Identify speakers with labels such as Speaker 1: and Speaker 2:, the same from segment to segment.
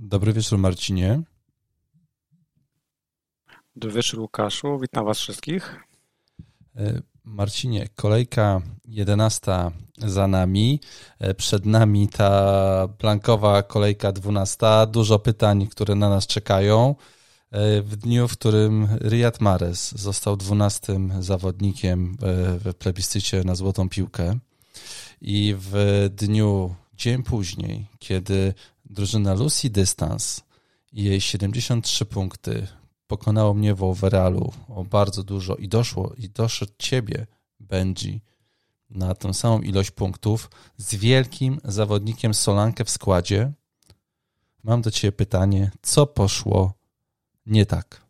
Speaker 1: Dobry wieczór, Marcinie.
Speaker 2: Dobry wieczór, Łukaszu. Witam Was wszystkich.
Speaker 1: Marcinie, kolejka 11 za nami. Przed nami ta blankowa kolejka 12. Dużo pytań, które na nas czekają. W dniu, w którym Riyad Mahrez został 12. zawodnikiem w plebiscycie na złotą piłkę i w dniu, dzień później, kiedy drużyna Lucy Dystans i jej 73 punkty pokonało mnie w overallu o bardzo dużo i doszedł ciebie, Benji, na tę samą ilość punktów z wielkim zawodnikiem Solankę w składzie. Mam do ciebie pytanie, co poszło nie tak?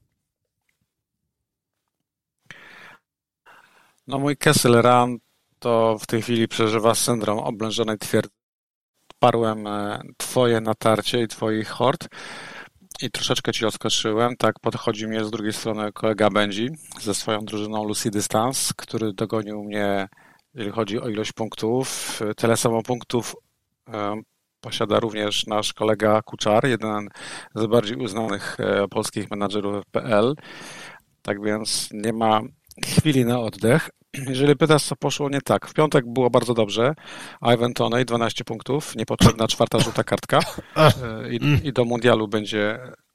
Speaker 2: No mój Kessel Run to w tej chwili przeżywa syndrom oblężonej twierdzy. Parłem twoje natarcie i twoich hord i troszeczkę ci odskoczyłem. Tak podchodzi mnie z drugiej strony kolega Benji ze swoją drużyną Lucy Dystans, który dogonił mnie, jeżeli chodzi o ilość punktów. Tyle samo punktów posiada również nasz kolega Kuczar, jeden z bardziej uznanych polskich menadżerów FPL. Tak więc nie ma chwili na oddech. Jeżeli pytasz, co poszło nie tak, w piątek było bardzo dobrze. Ivan Toney 12 punktów, niepotrzebna 4. żółta kartka i do mundialu będzie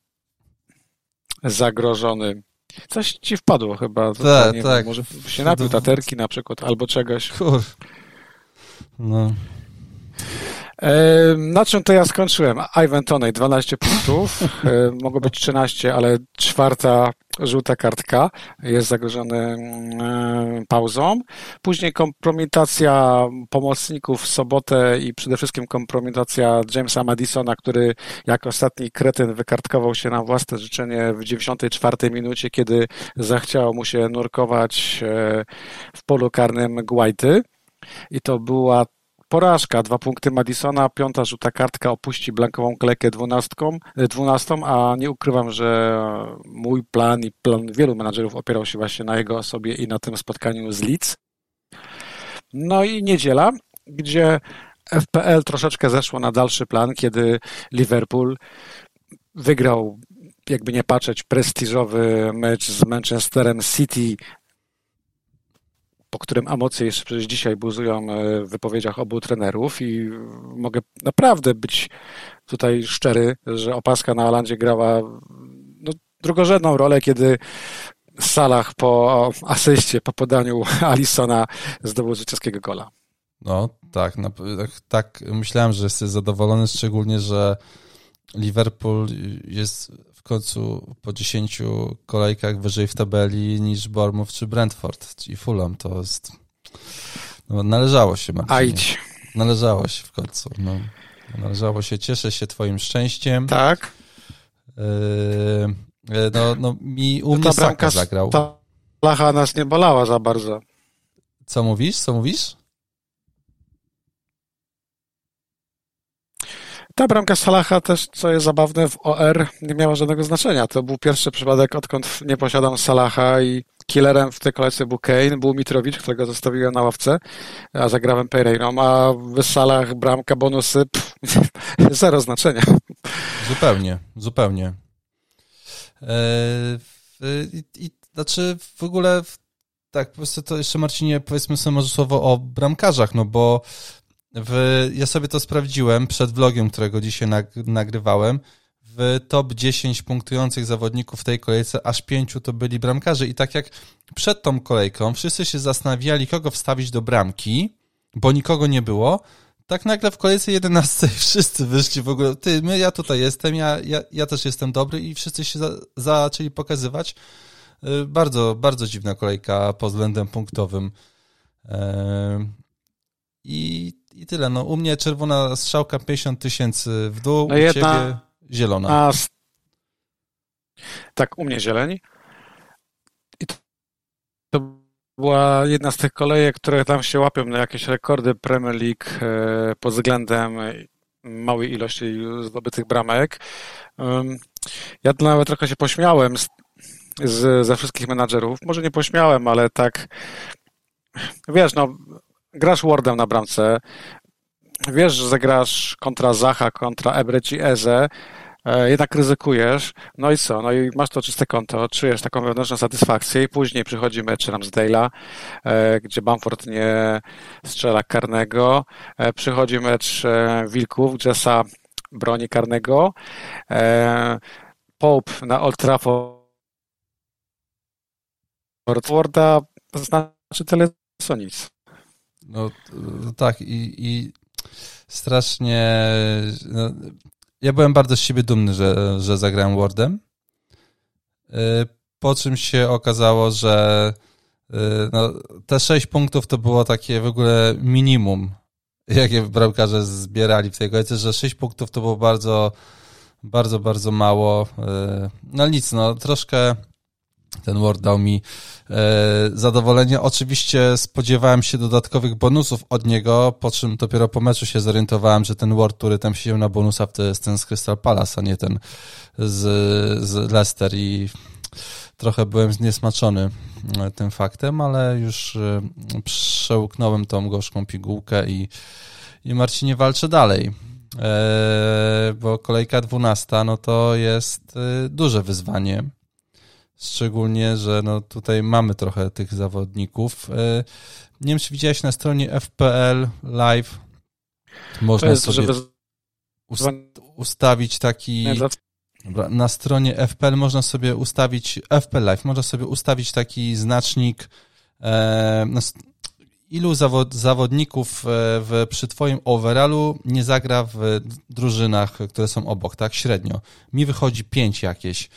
Speaker 2: zagrożony. Coś ci wpadło chyba.
Speaker 1: Tak.
Speaker 2: Może się napił taterki na przykład albo czegoś.
Speaker 1: No.
Speaker 2: Na czym to ja skończyłem? Ivan Toney 12 punktów, mogło być 13, ale 4. żółta kartka, jest zagrożony pauzą. Później kompromitacja pomocników w sobotę i przede wszystkim kompromitacja Jamesa Madisona, który jak ostatni kretyn wykartkował się na własne życzenie w 94 minucie, kiedy zachciało mu się nurkować w polu karnym Guaity. I to była porażka, 2 punkty Madisona, 5. żółta kartka, opuści blankową kolejkę 12, a nie ukrywam, że mój plan i plan wielu menadżerów opierał się właśnie na jego osobie i na tym spotkaniu z Leeds. No i niedziela, gdzie FPL troszeczkę zeszło na dalszy plan, kiedy Liverpool wygrał, jakby nie patrzeć, prestiżowy mecz z Manchesterem City, po którym emocje jeszcze przecież dzisiaj buzują w wypowiedziach obu trenerów i mogę naprawdę być tutaj szczery, że opaska na Holandzie grała drugorzędną rolę, kiedy Salah po asyście, po podaniu Alissona zdobył zwycięskiego gola.
Speaker 1: No tak, myślałem, że jesteś zadowolony, szczególnie, że Liverpool jest w końcu po 10 kolejkach wyżej w tabeli niż Bournemouth czy Brentford i Fulham. To jest... No, należało się, Marcinie. Należało się w końcu. No, należało się. Cieszę się twoim szczęściem.
Speaker 2: Tak.
Speaker 1: U mnie Saka zagrał.
Speaker 2: Ta Salaha nas nie bolała za bardzo.
Speaker 1: Co mówisz?
Speaker 2: Ta bramka Salaha też, co jest zabawne, w OR nie miała żadnego znaczenia. To był pierwszy przypadek, odkąd nie posiadam Salaha i killerem w tej kolejce był Kane, był Mitrowicz, którego zostawiłem na ławce, a zagrałem Pereirą, a w Salah bramka, bonusy, zero znaczenia.
Speaker 1: Zupełnie. Znaczy w ogóle, tak, po prostu to jeszcze, Marcinie, powiedzmy sobie może słowo o bramkarzach, no bo ja sobie to sprawdziłem przed vlogiem, którego dzisiaj nagrywałem. W top 10 punktujących zawodników w tej kolejce aż 5 to byli bramkarze. I tak jak przed tą kolejką wszyscy się zastanawiali, kogo wstawić do bramki, bo nikogo nie było, tak nagle w kolejce 11 wszyscy wyszli w ogóle. Ja tutaj jestem, ja też jestem dobry i wszyscy się zaczęli pokazywać. Bardzo, bardzo dziwna kolejka pod względem punktowym. I tyle. No, u mnie czerwona strzałka 50 000 w dół, u ciebie zielona.
Speaker 2: Tak, u mnie zieleń. I to była jedna z tych kolejek, które tam się łapią na jakieś rekordy Premier League pod względem małej ilości zdobytych bramek. Ja nawet trochę się pośmiałem ze wszystkich menadżerów. Może nie pośmiałem, ale tak, wiesz, grasz Wardem na bramce, wiesz, że zagrasz kontra Zaha, kontra Ebreci Eze, jednak ryzykujesz, no i co? No i masz to czyste konto, czujesz taką wewnętrzną satysfakcję i później przychodzi mecz Ramsdale'a, gdzie Bamford nie strzela karnego, przychodzi mecz Wilków, Jessa broni karnego, Pope na Old Trafford Warda znaczy tyle co nic.
Speaker 1: No tak i strasznie... No, ja byłem bardzo z siebie dumny, że zagrałem Wardem, po czym się okazało, że no, te 6 punktów to było takie w ogóle minimum, jakie bramkarze zbierali w tej kolejce, że 6 punktów to było bardzo, bardzo, bardzo mało. No nic, no troszkę ten Ward dał mi zadowolenie. Oczywiście spodziewałem się dodatkowych bonusów od niego, po czym dopiero po meczu się zorientowałem, że ten Ward, który tam siedział na bonusach, to jest ten z Crystal Palace, a nie ten z Leicester i trochę byłem zniesmaczony tym faktem, ale już przełknąłem tą gorzką pigułkę i Marcinie walczy dalej, bo kolejka 12, no to jest duże wyzwanie. Szczególnie, że no tutaj mamy trochę tych zawodników. Nie wiem, czy widziałeś na stronie FPL Live. Można sobie ustawić taki... Na stronie FPL można sobie ustawić... FPL Live, można sobie ustawić taki znacznik ilu zawodników przy twoim overallu nie zagra w drużynach, które są obok, tak? Średnio. Mi wychodzi 5 jakieś.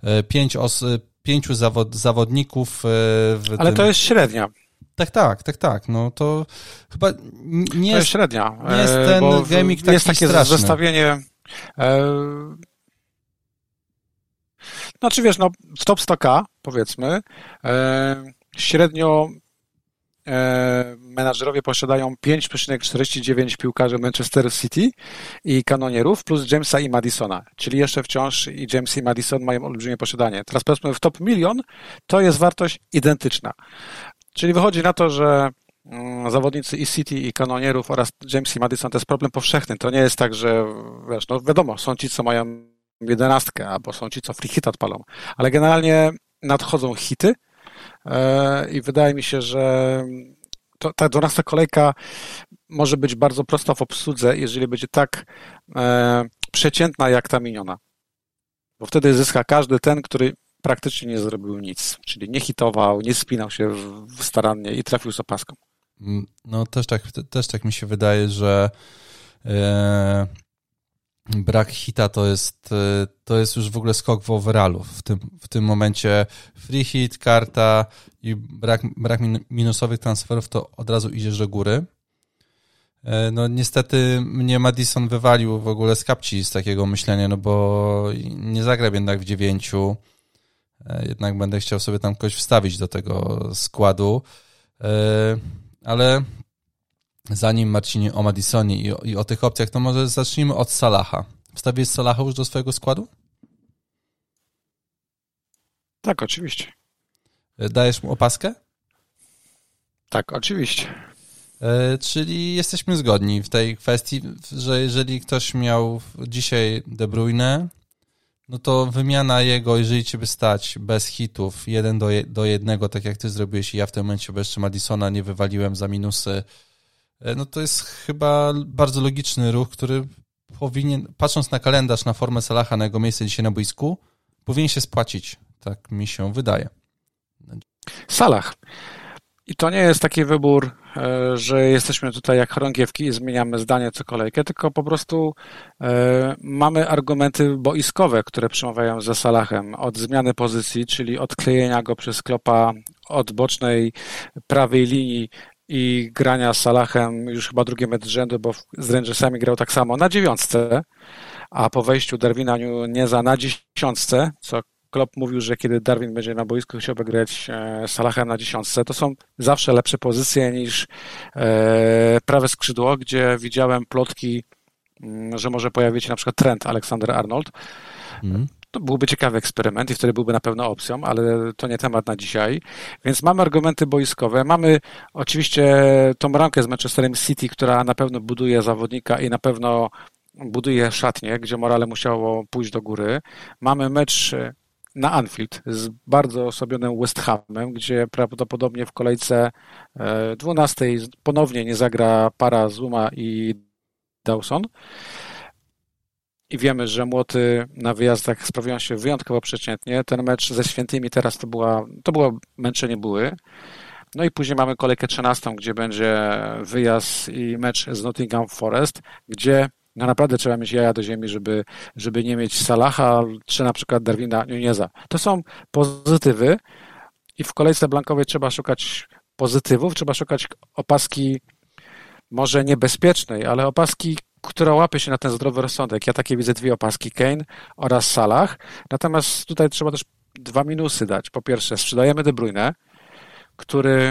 Speaker 1: 5 zawodników
Speaker 2: Ale to jest średnia.
Speaker 1: Tak. No to chyba nie
Speaker 2: to jest średnia.
Speaker 1: Nie jest ten gaming taki
Speaker 2: jest takie
Speaker 1: straszny.
Speaker 2: zestawienie. Znaczy wiesz, no w top 100K powiedzmy średnio menadżerowie posiadają 5,49 piłkarzy Manchesteru City i kanonierów plus Jamesa i Madisona, czyli jeszcze wciąż i James i Madison mają olbrzymie posiadanie. Teraz powiedzmy w top 1 000 000 to jest wartość identyczna. Czyli wychodzi na to, że zawodnicy i City i kanonierów oraz James i Madison to jest problem powszechny. To nie jest tak, że wiesz, no wiadomo, są ci, co mają 11 albo są ci, co free hit odpalą, ale generalnie nadchodzą hity i wydaje mi się, że ta 12 kolejka może być bardzo prosta w obsłudze, jeżeli będzie tak przeciętna jak ta miniona. Bo wtedy zyska każdy ten, który praktycznie nie zrobił nic, czyli nie hitował, nie spinał się starannie i trafił z opaską.
Speaker 1: No też tak mi się wydaje, że brak hita to jest już w ogóle skok w overallu. W tym momencie free hit, karta i brak minusowych transferów to od razu idziesz do góry. No niestety mnie Madison wywalił w ogóle z kapci z takiego myślenia, no bo nie zagram jednak w 9. Jednak będę chciał sobie tam kogoś wstawić do tego składu. Ale zanim, Marcinie, o Madisonie i o tych opcjach, to może zacznijmy od Salaha. Wstawiłeś Salaha już do swojego składu?
Speaker 2: Tak, oczywiście.
Speaker 1: Dajesz mu opaskę?
Speaker 2: Tak, oczywiście.
Speaker 1: Czyli jesteśmy zgodni w tej kwestii, że jeżeli ktoś miał dzisiaj De Bruyne, no to wymiana jego, jeżeli cię by stać bez hitów 1-1, tak jak ty zrobiłeś i ja w tym momencie, bo jeszcze Madisona nie wywaliłem za minusy, no to jest chyba bardzo logiczny ruch, który powinien, patrząc na kalendarz, na formę Salaha, na jego miejsce dzisiaj na boisku, powinien się spłacić. Tak mi się wydaje.
Speaker 2: Salah. I to nie jest taki wybór, że jesteśmy tutaj jak chorągiewki i zmieniamy zdanie co kolejkę, tylko po prostu mamy argumenty boiskowe, które przemawiają za Salahem. Od zmiany pozycji, czyli odklejenia go przez Kloppa od bocznej prawej linii i grania z Salahem już chyba drugi mecz z rzędu, bo z Rangersami grał tak samo na 9, a po wejściu Darwina Nuneza na 10, co Klopp mówił, że kiedy Darwin będzie na boisku, chciałby grać Salahem na 10. To są zawsze lepsze pozycje niż prawe skrzydło, gdzie widziałem plotki, że może pojawić się na przykład Trent Alexander-Arnold. To byłby ciekawy eksperyment i wtedy byłby na pewno opcją, ale to nie temat na dzisiaj. Więc mamy argumenty boiskowe. Mamy oczywiście tą ramkę z Manchesterem City, która na pewno buduje zawodnika i na pewno buduje szatnię, gdzie morale musiało pójść do góry. Mamy mecz na Anfield z bardzo osłabionym West Hamem, gdzie prawdopodobnie w kolejce 12 ponownie nie zagra para Zuma i Dawson. I wiemy, że Młoty na wyjazdach sprawują się wyjątkowo przeciętnie. Ten mecz ze Świętymi teraz to było męczenie buły. No i później mamy kolejkę 13, gdzie będzie wyjazd i mecz z Nottingham Forest, gdzie no naprawdę trzeba mieć jaja do ziemi, żeby nie mieć Salaha czy na przykład Darwina Nuneza. To są pozytywy i w kolejce blankowej trzeba szukać pozytywów, trzeba szukać opaski może niebezpiecznej, ale opaski, która łapie się na ten zdrowy rozsądek. Ja takie widzę dwie opaski, Kane oraz Salah. Natomiast tutaj trzeba też dwa minusy dać. Po pierwsze, sprzedajemy De Bruyne, który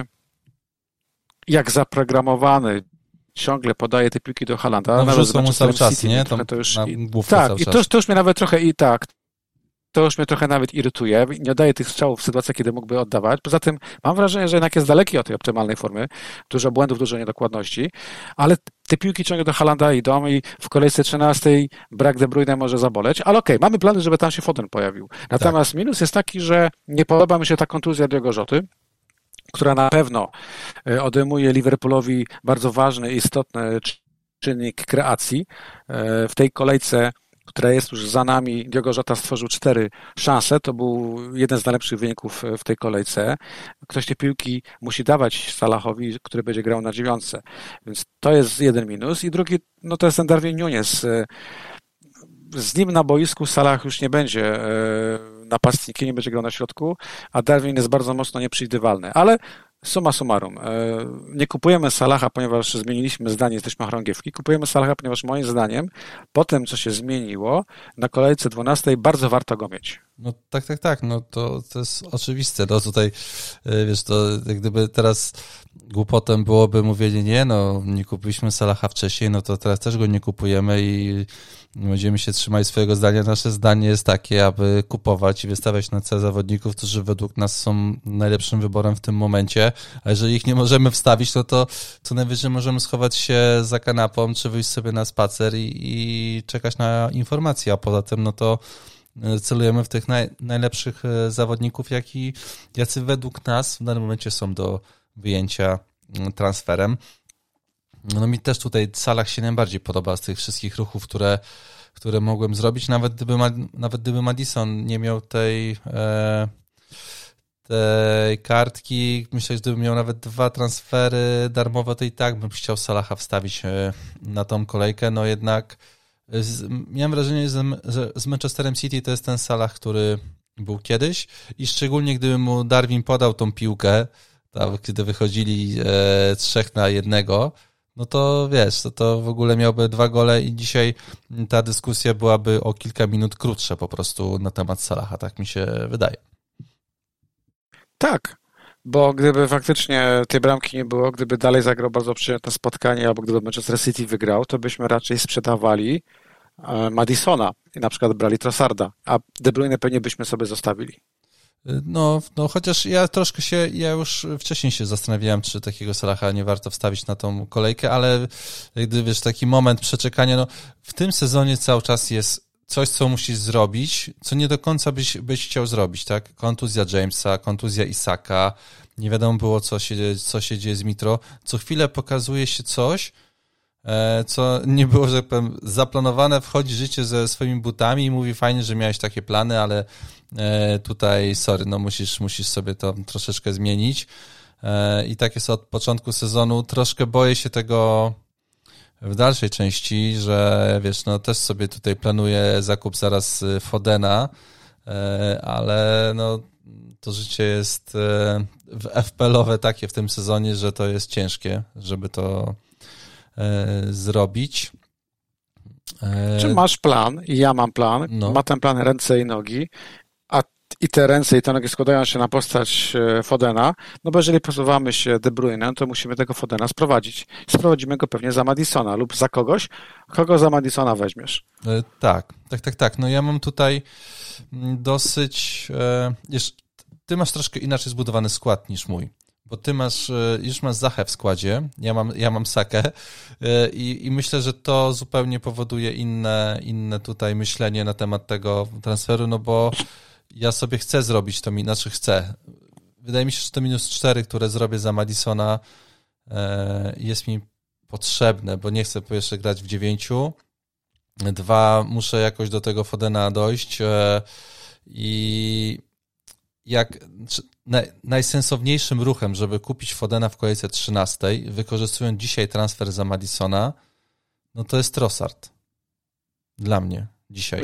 Speaker 2: jak zaprogramowany ciągle podaje te piłki do Haalanda.
Speaker 1: No wrzucą mu cały czas, nie?
Speaker 2: Tak, to już mnie nawet trochę to już mnie trochę nawet irytuje. Nie oddaje tych strzałów w sytuacjach, kiedy mógłby oddawać. Poza tym mam wrażenie, że jednak jest daleki od tej optymalnej formy. Dużo błędów, dużo niedokładności, ale te piłki ciągle do Haalanda idą i w kolejce 13 brak De Bruyne może zaboleć, ale okej, mamy plany, żeby tam się Foden pojawił. Natomiast minus jest taki, że nie podoba mi się ta kontuzja Diogo Joty, która na pewno odejmuje Liverpoolowi bardzo ważny i istotny czynnik kreacji. W tej kolejce, która jest już za nami, Diogo Jota stworzył 4 szanse. To był jeden z najlepszych wyników w tej kolejce. Ktoś te piłki musi dawać Salahowi, który będzie grał na 9. Więc to jest jeden minus. I drugi, no to jest ten Darwin Núñez. Z nim na boisku Salah już nie będzie napastnikiem, nie będzie grał na środku, a Darwin jest bardzo mocno nieprzewidywalny. Ale summa summarum, nie kupujemy Salaha, ponieważ zmieniliśmy zdanie, jesteśmy chorągiewki. Kupujemy Salaha, ponieważ moim zdaniem po tym, co się zmieniło, na kolejce 12 bardzo warto go mieć.
Speaker 1: No tak, no to jest oczywiste. No tutaj, wiesz, to jak gdyby teraz głupotem byłoby mówienie, nie kupiliśmy Salaha wcześniej, no to teraz też go nie kupujemy i będziemy się trzymać swojego zdania. Nasze zdanie jest takie, aby kupować i wystawiać na cel zawodników, którzy według nas są najlepszym wyborem w tym momencie, a jeżeli ich nie możemy wstawić, no to co najwyżej możemy schować się za kanapą, czy wyjść sobie na spacer i czekać na informacje, a poza tym, no to celujemy w tych najlepszych zawodników, jacy według nas w danym momencie są do wyjęcia transferem. No mi też tutaj Salah się najbardziej podoba z tych wszystkich ruchów, które mogłem zrobić, nawet gdyby Maddison nie miał tej kartki, myślę, że gdybym miał nawet 2 transfery darmowe, to i tak bym chciał Salaha wstawić na tą kolejkę, no jednak miałem wrażenie, że z Manchesterem City to jest ten Salah, który był kiedyś i szczególnie gdyby mu Darwin podał tą piłkę, kiedy wychodzili 3-1, no to wiesz, to w ogóle miałby 2 gole i dzisiaj ta dyskusja byłaby o kilka minut krótsza po prostu na temat Salaha, tak mi się wydaje.
Speaker 2: Tak, bo gdyby faktycznie tej bramki nie było, gdyby dalej zagrał bardzo przyjemne spotkanie, albo gdyby Manchester City wygrał, to byśmy raczej sprzedawali Maddisona i na przykład brali Trossarda, a De Bruyne pewnie byśmy sobie zostawili.
Speaker 1: No chociaż ja już wcześniej się zastanawiałem, czy takiego Salaha nie warto wstawić na tą kolejkę, ale gdy wiesz, taki moment przeczekania, no w tym sezonie cały czas jest coś, co musisz zrobić, co nie do końca byś chciał zrobić, tak? Kontuzja Jamesa, kontuzja Isaka, nie wiadomo było, co się dzieje z Mitro. Co chwilę pokazuje się coś, co nie było, że tak powiem, zaplanowane, wchodzi życie ze swoimi butami i mówi fajnie, że miałeś takie plany, ale tutaj sorry, no musisz sobie to troszeczkę zmienić i tak jest od początku sezonu. Troszkę boję się tego w dalszej części, że wiesz, no też sobie tutaj planuję zakup zaraz Fodena, ale no to życie jest FPL-owe takie w tym sezonie, że to jest ciężkie, żeby to zrobić.
Speaker 2: Czy masz plan? I ja mam plan.
Speaker 1: No.
Speaker 2: Ma ten plan ręce i nogi, i te ręce i te nogi składają się na postać Fodena, no bo jeżeli posuwamy się De Bruyne, to musimy tego Fodena sprowadzić. Sprowadzimy go pewnie za Maddisona lub za kogoś. Kogo za Maddisona weźmiesz?
Speaker 1: Tak. No ja mam tutaj dosyć... ty masz troszkę inaczej zbudowany skład niż mój, bo ty już masz Zachę w składzie, ja mam Sakę i myślę, że to zupełnie powoduje inne tutaj myślenie na temat tego transferu, no bo ja sobie chcę zrobić to, chcę. Wydaje mi się, że to -4, które zrobię za Madisona, jest mi potrzebne, bo nie chcę po jeszcze grać w 9. 2, muszę jakoś do tego Fodena dojść i najsensowniejszym ruchem, żeby kupić Fodena w kolejce 13, wykorzystując dzisiaj transfer za Madisona, no to jest Trossard. Dla mnie dzisiaj.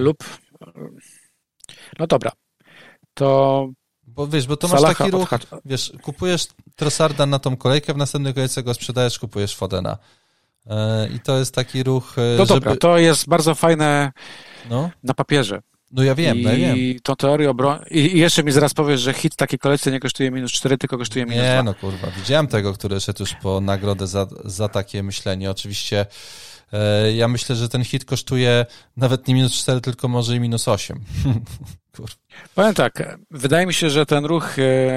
Speaker 2: No dobra. To...
Speaker 1: Bo to masz taki ruch, kupujesz Trossarda na tą kolejkę, w następnej kolejce go sprzedajesz, kupujesz Fodena. I to jest taki ruch,
Speaker 2: no dobra, to jest bardzo fajne na papierze.
Speaker 1: No ja wiem.
Speaker 2: I tą teorię obrony... I jeszcze mi zaraz powiesz, że hit takiej kolejce nie kosztuje -4, tylko kosztuje -2.
Speaker 1: Nie, no kurwa, widziałem tego, który szedł już po nagrodę za takie myślenie. Oczywiście ja myślę, że ten hit kosztuje nawet nie -4, tylko może i -8. Kurwa.
Speaker 2: Powiem tak, wydaje mi się, że ten ruch...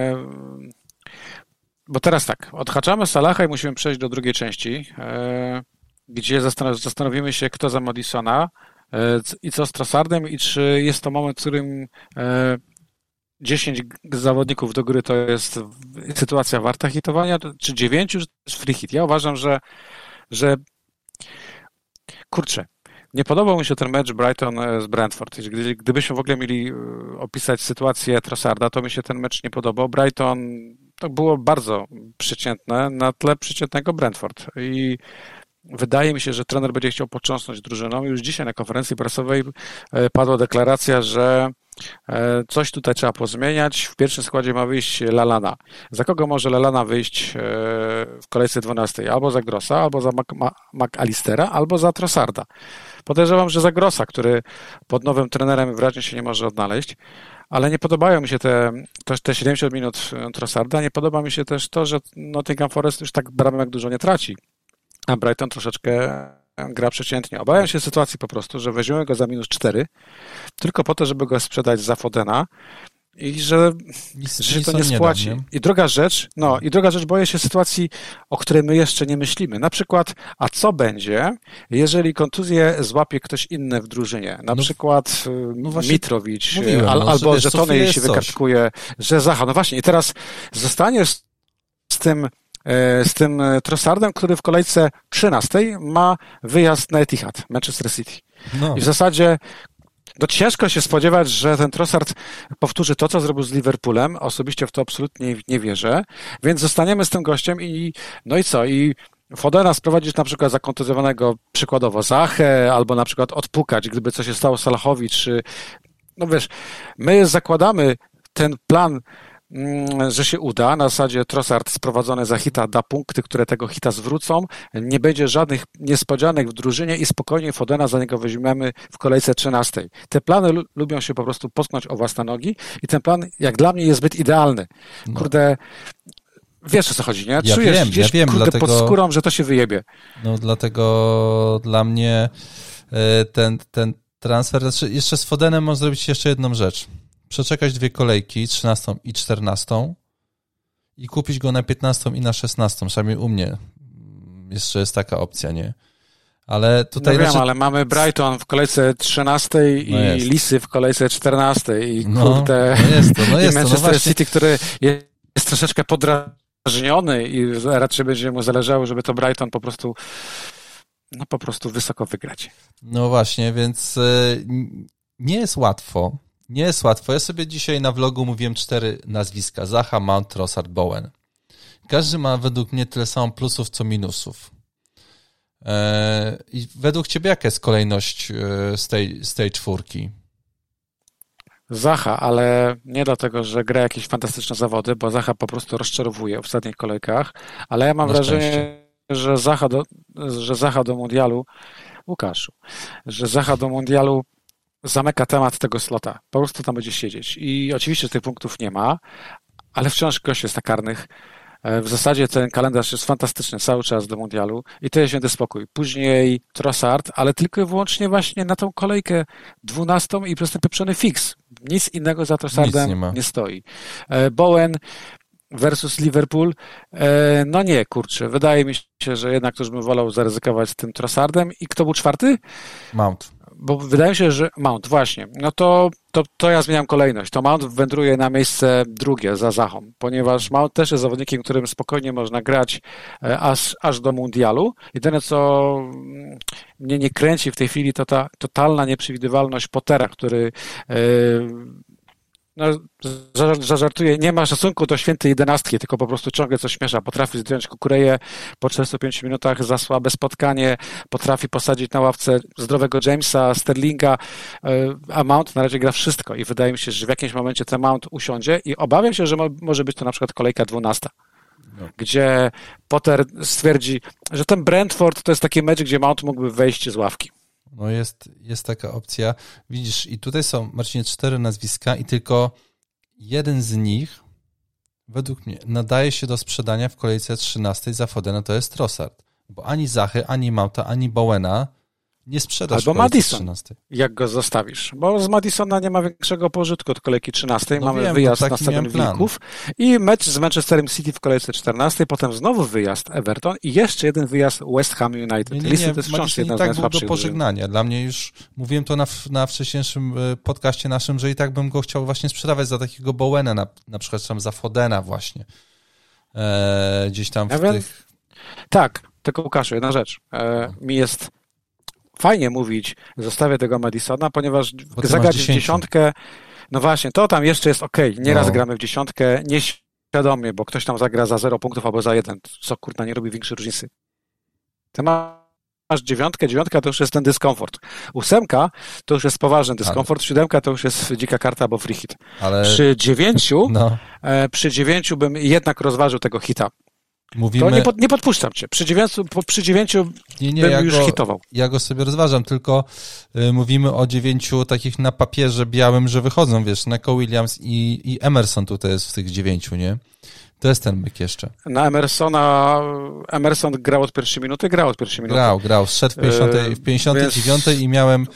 Speaker 2: Bo teraz tak, odhaczamy Salaha i musimy przejść do drugiej części, gdzie zastanowimy się, kto za Madisona i co z Trossardem i czy jest to moment, w którym 10 zawodników do gry to jest sytuacja warta hitowania, czy 9 już free hit. Ja uważam, że kurczę, nie podobał mi się ten mecz Brighton z Brentford. Gdybyśmy w ogóle mieli opisać sytuację Trossarda, to mi się ten mecz nie podobał. Brighton to było bardzo przeciętne na tle przeciętnego Brentford. I wydaje mi się, że trener będzie chciał potrząsnąć drużyną. Już dzisiaj na konferencji prasowej padła deklaracja, że coś tutaj trzeba pozmieniać. W pierwszym składzie ma wyjść Lallana. Za kogo może Lallana wyjść w kolejce 12? Albo za Grossa, albo za McAllistera, albo za Trossarda. Podejrzewam, że za Grossa, który pod nowym trenerem wyraźnie się nie może odnaleźć. Ale nie podobają mi się te 70 minut Trossarda. Nie podoba mi się też to, że Nottingham Forest już tak bramek dużo nie traci, a Brighton troszeczkę gra przeciętnie. Obawiam się sytuacji po prostu, że weźmiemy go za -4 tylko po to, żeby go sprzedać za Fodena i że się to nie spłaci. I druga rzecz, boję się sytuacji, o której my jeszcze nie myślimy. Na przykład, a co będzie, jeżeli kontuzję złapie ktoś inny w drużynie? Na przykład Mitrowicz, albo że Tony jej się wykartkuje, że Zaha. No właśnie, i teraz zostaniesz z tym Trossardem, który w kolejce 13 ma wyjazd na Etihad, Manchester City. I w zasadzie ciężko się spodziewać, że ten Trossard powtórzy to, co zrobił z Liverpoolem. Osobiście w to absolutnie nie wierzę. Więc zostaniemy z tym gościem i co? I Fodena sprowadzić na przykład zakontuzjowanego przykładowo Zachę, albo na przykład odpukać, gdyby coś się stało Salahowi, czy... No wiesz, my zakładamy ten plan, że się uda. Na zasadzie Trossard sprowadzony za hita da punkty, które tego hita zwrócą. Nie będzie żadnych niespodzianek w drużynie i spokojnie Fodena za niego weźmiemy w kolejce 13. Te plany lubią się po prostu potknąć o własne nogi i ten plan, jak dla mnie, jest zbyt idealny. Kurde, wiesz, o co chodzi, nie? Czujesz gdzieś,
Speaker 1: wiem, dlatego,
Speaker 2: pod skórą, że to się wyjebie.
Speaker 1: No dlatego dla mnie ten transfer, znaczy jeszcze z Fodenem można zrobić jeszcze jedną rzecz. Przeczekać 2 kolejki, 13 i 14 i kupić go na 15 i na 16. Przynajmniej u mnie jeszcze jest taka opcja, nie? Ale tutaj...
Speaker 2: No wiem, ale mamy Brighton w kolejce 13 i Lisy w kolejce 14 i kurde... Manchester City, który jest troszeczkę podrażniony i raczej będzie mu zależało, żeby to Brighton po prostu wysoko wygrać.
Speaker 1: No właśnie, więc nie jest łatwo. Nie jest łatwo. Ja sobie dzisiaj na vlogu mówiłem 4 nazwiska. Zaha, Mount, Trossard, Bowen. Każdy ma według mnie tyle samo plusów, co minusów. I według ciebie jaka jest kolejność z tej 4?
Speaker 2: Zaha, ale nie dlatego, że gra jakieś fantastyczne zawody, bo Zaha po prostu rozczarowuje w ostatnich kolejkach, ale ja mam wrażenie, że Zaha do mundialu, Łukaszu, że Zaha do mundialu zamyka temat tego slota. Po prostu tam będzie siedzieć. I oczywiście tych punktów nie ma, ale wciąż gość jest na karnych. W zasadzie ten kalendarz jest fantastyczny cały czas do mundialu i to jest święty spokój. Później Trossard, ale tylko i wyłącznie właśnie na tą kolejkę 12 i przez ten pieprzony fix. Nic innego za Trossardem nie stoi. Bowen versus Liverpool. No nie, kurczę. Wydaje mi się, że jednak też bym wolał zaryzykować z tym Trossardem. I kto był czwarty?
Speaker 1: Mount.
Speaker 2: Bo wydaje mi się, że Mount, właśnie. No to ja zmieniam kolejność. To Mount wędruje na miejsce drugie za Zachą, ponieważ Mount też jest zawodnikiem, którym spokojnie można grać aż do mundialu. Jedyne, co mnie nie kręci w tej chwili, to ta totalna nieprzewidywalność Pottera, który no, zażartuje, nie ma szacunku do świętej jedenastki, tylko po prostu ciągle coś śmiesza. Potrafi zdjąć Kukureję po 45 minutach za słabe spotkanie, potrafi posadzić na ławce zdrowego Jamesa, Sterlinga, a Mount na razie gra wszystko i wydaje mi się, że w jakimś momencie ten Mount usiądzie i obawiam się, że może być to na przykład kolejka 12. Gdzie Potter stwierdzi, że ten Brentford to jest taki mecz, gdzie Mount mógłby wejść z ławki.
Speaker 1: No jest taka opcja. Widzisz, i tutaj są, Marcinie, 4 nazwiska i tylko jeden z nich według mnie nadaje się do sprzedania w kolejce 13 za Fodena, to jest Trossard. Bo ani Zachy, ani Mounta, ani Bowena nie sprzedasz
Speaker 2: albo
Speaker 1: w kolejce
Speaker 2: Maddison,
Speaker 1: 13.
Speaker 2: Jak go zostawisz. Bo z Maddisona nie ma większego pożytku od kolejki 13.
Speaker 1: No
Speaker 2: mamy
Speaker 1: wiem,
Speaker 2: wyjazd
Speaker 1: no
Speaker 2: na Stadion Wilków i mecz z Manchesterem City w kolejce 14, potem znowu wyjazd Everton i jeszcze jeden wyjazd West Ham United.
Speaker 1: Nie, to jest wciąż jedna z najsłabszych. Tak był do pożegnania. Dla mnie już, mówiłem to na wcześniejszym podcaście naszym, że i tak bym go chciał właśnie sprzedawać za takiego Bowena, na przykład tam za Fodena właśnie. Gdzieś tam w tych...
Speaker 2: Tak, tylko Łukaszu, jedna rzecz. Mi jest fajnie mówić, zostawię tego Maddisona, ponieważ zagrać w dziesiątkę, no właśnie, to tam jeszcze jest okej. Nieraz gramy w dziesiątkę, nieświadomie, bo ktoś tam zagra za 0 punktów albo za 1, co kurna nie robi większej różnicy. Ty masz dziewiątkę to już jest ten dyskomfort. 8 to już jest poważny dyskomfort, 7 to już jest dzika karta albo free hit. Ale... Przy 9 bym jednak rozważył tego hita.
Speaker 1: Mówimy...
Speaker 2: To nie podpuszczam cię. Przy 9 bym już hitował.
Speaker 1: Ja go sobie rozważam, tylko mówimy o 9 takich na papierze białym, że wychodzą, wiesz, Neco Williams i Emerson tutaj jest w tych 9, nie? To jest ten myk jeszcze.
Speaker 2: Na Emerson grał od pierwszej minuty? Grał od pierwszej minuty.
Speaker 1: Grał. Szedł w 59 i miałem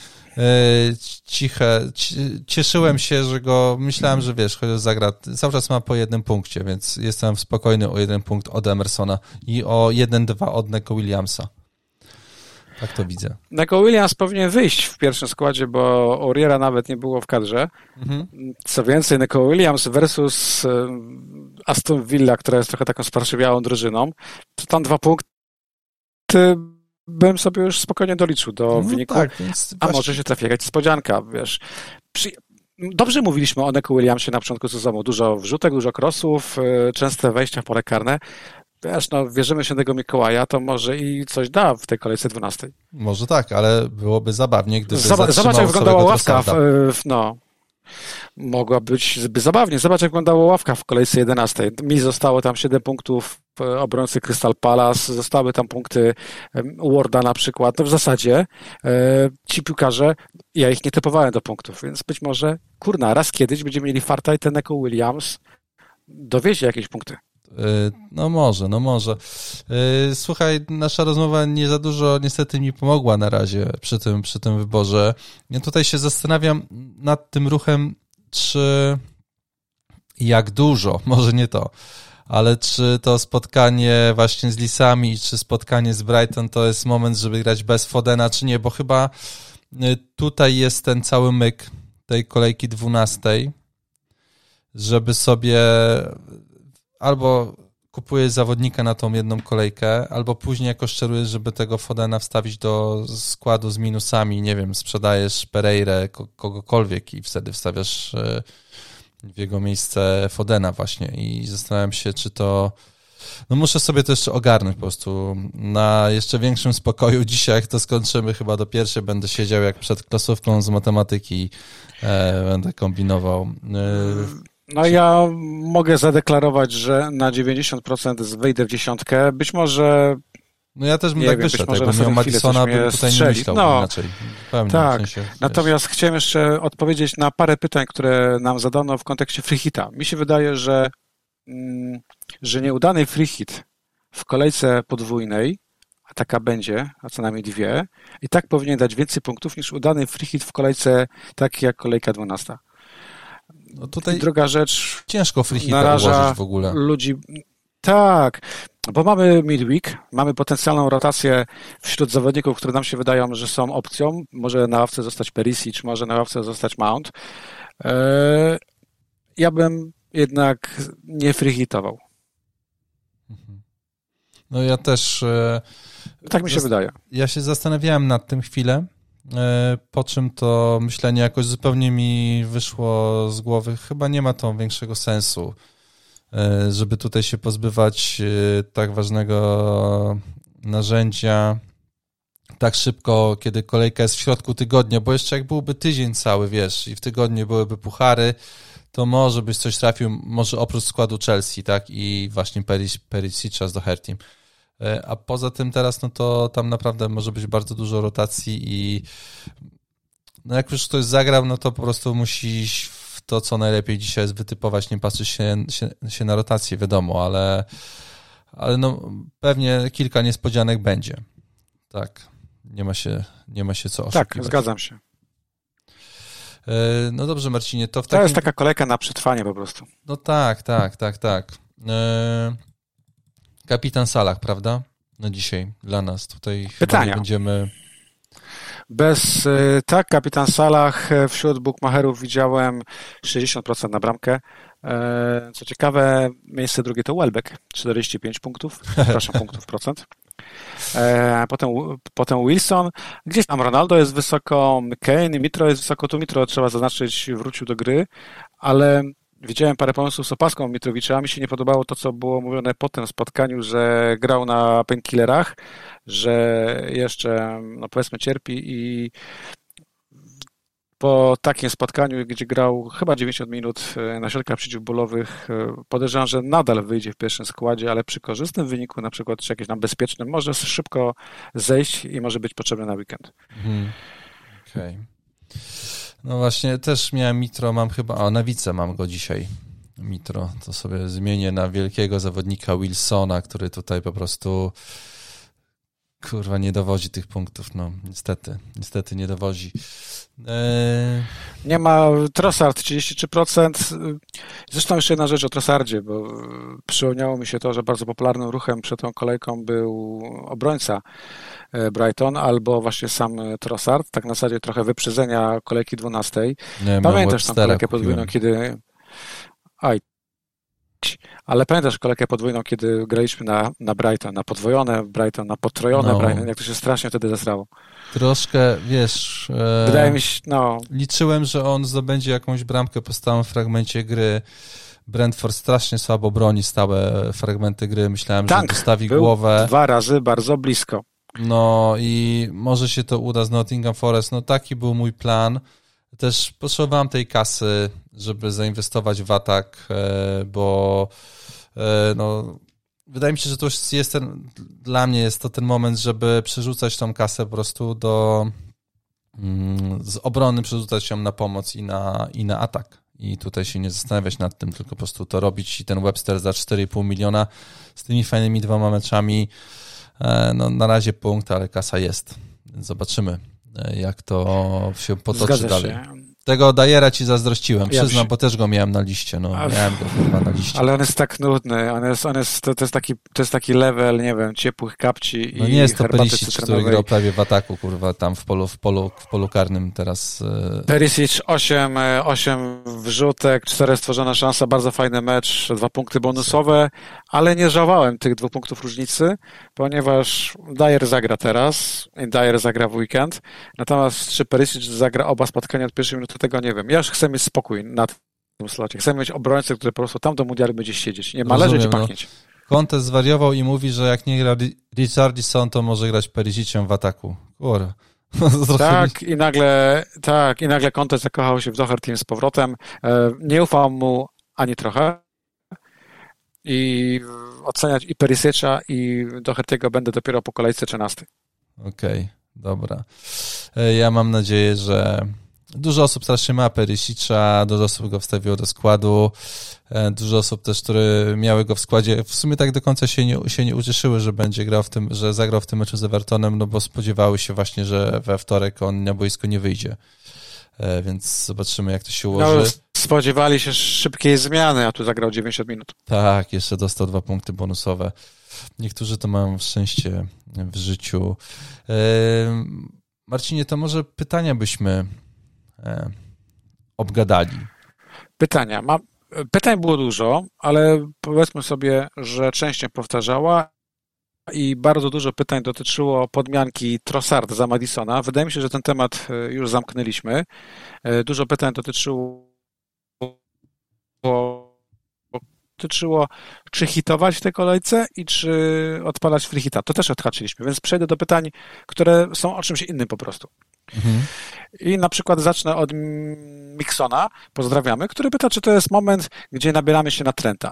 Speaker 1: cieszyłem się, że go, myślałem, że wiesz, chociaż zagra, cały czas ma po 1 punkcie, więc jestem spokojny o 1 punkt od Emersona i o 1-2 od Neco Williamsa. Tak to widzę.
Speaker 2: Neco Williams powinien wyjść w pierwszym składzie, bo Auriera nawet nie było w kadrze. Co więcej, Neco Williams versus Aston Villa, która jest trochę taką sparszywiałą drużyną, to tam 2 punkty bym sobie już spokojnie doliczył do wyniku, tak, a może się trafi jakaś niespodzianka, wiesz. Dobrze mówiliśmy o Neco Williamsie na początku sezonu. Dużo wrzutek, dużo crossów, częste wejścia w pole karne. Wiesz, no, wierzymy się tego Mikołaja, to może i coś da w tej kolejce 12.
Speaker 1: Może tak, ale byłoby zabawnie, gdyby
Speaker 2: Zobacz, jak wyglądała ławka. Mogła być zabawnie. Zobacz, jak wyglądała ławka w kolejce 11. Mi zostało tam 7 punktów obrońcy Crystal Palace, zostały tam punkty Warda na przykład. No w zasadzie ci piłkarze, ja ich nie typowałem do punktów, więc być może, raz kiedyś będziemy mieli farta i ten Neco Williams dowiezie jakieś punkty.
Speaker 1: No może. Słuchaj, nasza rozmowa nie za dużo niestety mi pomogła na razie przy tym wyborze. Ja tutaj się zastanawiam nad tym ruchem, czy jak dużo, może nie to, ale czy to spotkanie właśnie z Lisami i czy spotkanie z Brighton to jest moment, żeby grać bez Fodena, czy nie, bo chyba tutaj jest ten cały myk tej kolejki 12, żeby sobie albo kupujesz zawodnika na tą jedną kolejkę, albo później jakoś szczerujesz, żeby tego Fodena wstawić do składu z minusami, nie wiem, sprzedajesz Pereirę, kogokolwiek i wtedy wstawiasz w jego miejsce Fodena właśnie i zastanawiam się, czy to... No muszę sobie to jeszcze ogarnąć po prostu na jeszcze większym spokoju. Dzisiaj jak to skończymy, chyba do pierwszej będę siedział jak przed klasówką z matematyki, będę kombinował.
Speaker 2: No ja mogę zadeklarować, że na 90% wejdę w dziesiątkę. Być może...
Speaker 1: No ja też bym tak wyszedł, jakbym miał Maddisona, bym tutaj nie myślał inaczej. Pewnie,
Speaker 2: tak, w sensie, natomiast chciałem jeszcze odpowiedzieć na parę pytań, które nam zadano w kontekście free hita. Mi się wydaje, że nieudany free hit w kolejce podwójnej, a taka będzie, a co najmniej 2, i tak powinien dać więcej punktów niż udany free hit w kolejce takiej jak kolejka 12.
Speaker 1: No tutaj
Speaker 2: I druga rzecz,
Speaker 1: ciężko free hita ułożyć w ogóle.
Speaker 2: Ludzi. Tak, bo mamy midweek, mamy potencjalną rotację wśród zawodników, które nam się wydają, że są opcją. Może na ławce zostać Perisic, może na ławce zostać Mount. Ja bym jednak nie free hitował.
Speaker 1: No ja też...
Speaker 2: Tak mi się wydaje.
Speaker 1: Ja się zastanawiałem nad tym chwilę, po czym to myślenie jakoś zupełnie mi wyszło z głowy. Chyba nie ma to większego sensu, żeby tutaj się pozbywać tak ważnego narzędzia tak szybko, kiedy kolejka jest w środku tygodnia, bo jeszcze jak byłby tydzień cały, wiesz, i w tygodniu byłyby puchary, to może byś coś trafił, może oprócz składu Chelsea, tak, i właśnie Perisicza z Doherty. A poza tym teraz, no to tam naprawdę może być bardzo dużo rotacji i no jak już ktoś zagrał, no to po prostu musi w to, co najlepiej dzisiaj jest wytypować, nie patrzeć się na rotację, wiadomo, ale no pewnie kilka niespodzianek będzie. Tak, nie ma się co oszukiwać.
Speaker 2: Tak, zgadzam się.
Speaker 1: No dobrze, Marcinie, to
Speaker 2: to jest taka kolejka na przetrwanie po prostu.
Speaker 1: No tak. Kapitan Salah, prawda? No dzisiaj dla nas tutaj
Speaker 2: pytania.
Speaker 1: Chyba nie będziemy...
Speaker 2: Tak, kapitan Salah wśród bookmacherów widziałem 60% na bramkę. Co ciekawe, miejsce drugie to Welbeck, 45 punktów, punktów procent. Potem Wilson, gdzieś tam Ronaldo jest wysoko, Kane, Mitro jest wysoko, tu Mitro trzeba zaznaczyć, wrócił do gry, ale widziałem parę pomysłów z opaską Mitrowicza, a mi się nie podobało to, co było mówione po tym spotkaniu, że grał na painkillerach, że jeszcze, no powiedzmy, cierpi i po takim spotkaniu, gdzie grał chyba 90 minut na środkach przeciwbólowych, podejrzewam, że nadal wyjdzie w pierwszym składzie, ale przy korzystnym wyniku, na przykład czy jakimś tam bezpiecznym, może szybko zejść i może być potrzebny na weekend.
Speaker 1: Okej. No właśnie, też miałem Mitro, mam chyba, na wice mam go dzisiaj. Mitro, to sobie zmienię na wielkiego zawodnika Wilsona, który tutaj po prostu kurwa nie dowodzi tych punktów, no niestety nie dowodzi.
Speaker 2: Nie ma Trossard 33%. Zresztą jeszcze jedna rzecz o Trossardzie, bo przypomniało mi się to, że bardzo popularnym ruchem przed tą kolejką był obrońca Brighton albo właśnie sam Trossard, tak na zasadzie trochę wyprzedzenia kolejki 12. Pamiętasz tą kolejkę podwójną, kiedy... Ale pamiętasz kolejkę podwójną, kiedy graliśmy na Brighton, na podwojone Brighton, na potrojone Brighton, jak to się strasznie wtedy zesrało.
Speaker 1: Troszkę, wiesz...
Speaker 2: Wydaje mi się,
Speaker 1: liczyłem, że on zdobędzie jakąś bramkę po stałym fragmencie gry. Brentford strasznie słabo broni stałe fragmenty gry. Myślałem, że dostawi głowę.
Speaker 2: 2 razy bardzo blisko.
Speaker 1: No i może się to uda z Nottingham Forest. No taki był mój plan. Też potrzebowałem tej kasy, żeby zainwestować w atak, bo no, wydaje mi się, że to już jest dla mnie jest to ten moment, żeby przerzucać tą kasę po prostu z obrony, przerzucać ją na pomoc i na atak. I tutaj się nie zastanawiać nad tym, tylko po prostu to robić i ten Webster za 4,5 miliona z tymi fajnymi 2 meczami. No na razie punkt, ale kasa jest. Więc zobaczymy, jak to się potoczy dalej. Tego Dyera ci zazdrościłem, przyznam, bo też go miałem na liście. No, miałem go chyba na liście.
Speaker 2: Ale on jest tak nudny. To jest taki level, nie wiem, ciepłych kapci
Speaker 1: no
Speaker 2: i
Speaker 1: nie jest to
Speaker 2: herbaty
Speaker 1: Perisic,
Speaker 2: cytrynowej.
Speaker 1: który grał prawie w ataku, kurwa, tam w polu karnym teraz.
Speaker 2: Perisic 8 wrzutek, 4 stworzone szanse, bardzo fajny mecz, 2 punkty bonusowe, ale nie żałowałem tych 2 punktów różnicy, ponieważ Dyer zagra teraz i Dyer zagra w weekend, natomiast czy Perisic zagra oba spotkania od pierwszej minuty, tego nie wiem. Ja już chcę mieć spokój na tym slocie. Chcę mieć obrońcę, który po prostu tam do mundialu będzie siedzieć. Nie ma leżeć i pachnieć.
Speaker 1: Conte zwariował i mówi, że jak nie gra Richarlison, to może grać Perisiciem w ataku. Kurwa.
Speaker 2: I nagle Conte zakochał się w Doherty z powrotem. Nie ufam mu ani trochę. I oceniać i Perisicza, i Doherty'ego będę dopiero po kolejce 13.
Speaker 1: Okej, dobra. Ja mam nadzieję, że dużo osób strasznie ma Perisicza, dużo osób go wstawiło do składu, dużo osób też, które miały go w składzie, w sumie tak do końca się nie ucieszyły, że będzie grał że zagrał w tym meczu z Evertonem, no bo spodziewały się właśnie, że we wtorek on na boisko nie wyjdzie. więc zobaczymy, jak to się ułoży.
Speaker 2: No, spodziewali się szybkiej zmiany, a tu zagrał 90 minut.
Speaker 1: Tak, jeszcze dostał 2 punkty bonusowe. Niektórzy to mają szczęście w życiu. Marcinie, to może pytania byśmy obgadali.
Speaker 2: Pytań było dużo, ale powiedzmy sobie, że część się powtarzała i bardzo dużo pytań dotyczyło podmianki Trossard za Madisona. Wydaje mi się, że ten temat już zamknęliśmy. Dużo pytań dotyczyło, czy hitować w tej kolejce i czy odpalać free hita. To też odhaczyliśmy, więc przejdę do pytań, które są o czymś innym po prostu. Mhm. I na przykład zacznę od Miksona, pozdrawiamy, który pyta, czy to jest moment, gdzie nabieramy się na Trenta.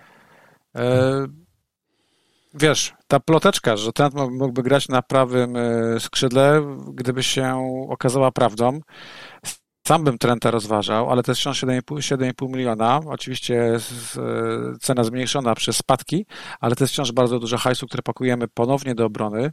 Speaker 2: Wiesz, ta ploteczka, że Trent mógłby grać na prawym skrzydle, gdyby się okazała prawdą, sam bym Trenta rozważał, ale to jest wciąż 7,5 miliona. Oczywiście cena zmniejszona przez spadki, ale to jest wciąż bardzo dużo hajsu, które pakujemy ponownie do obrony.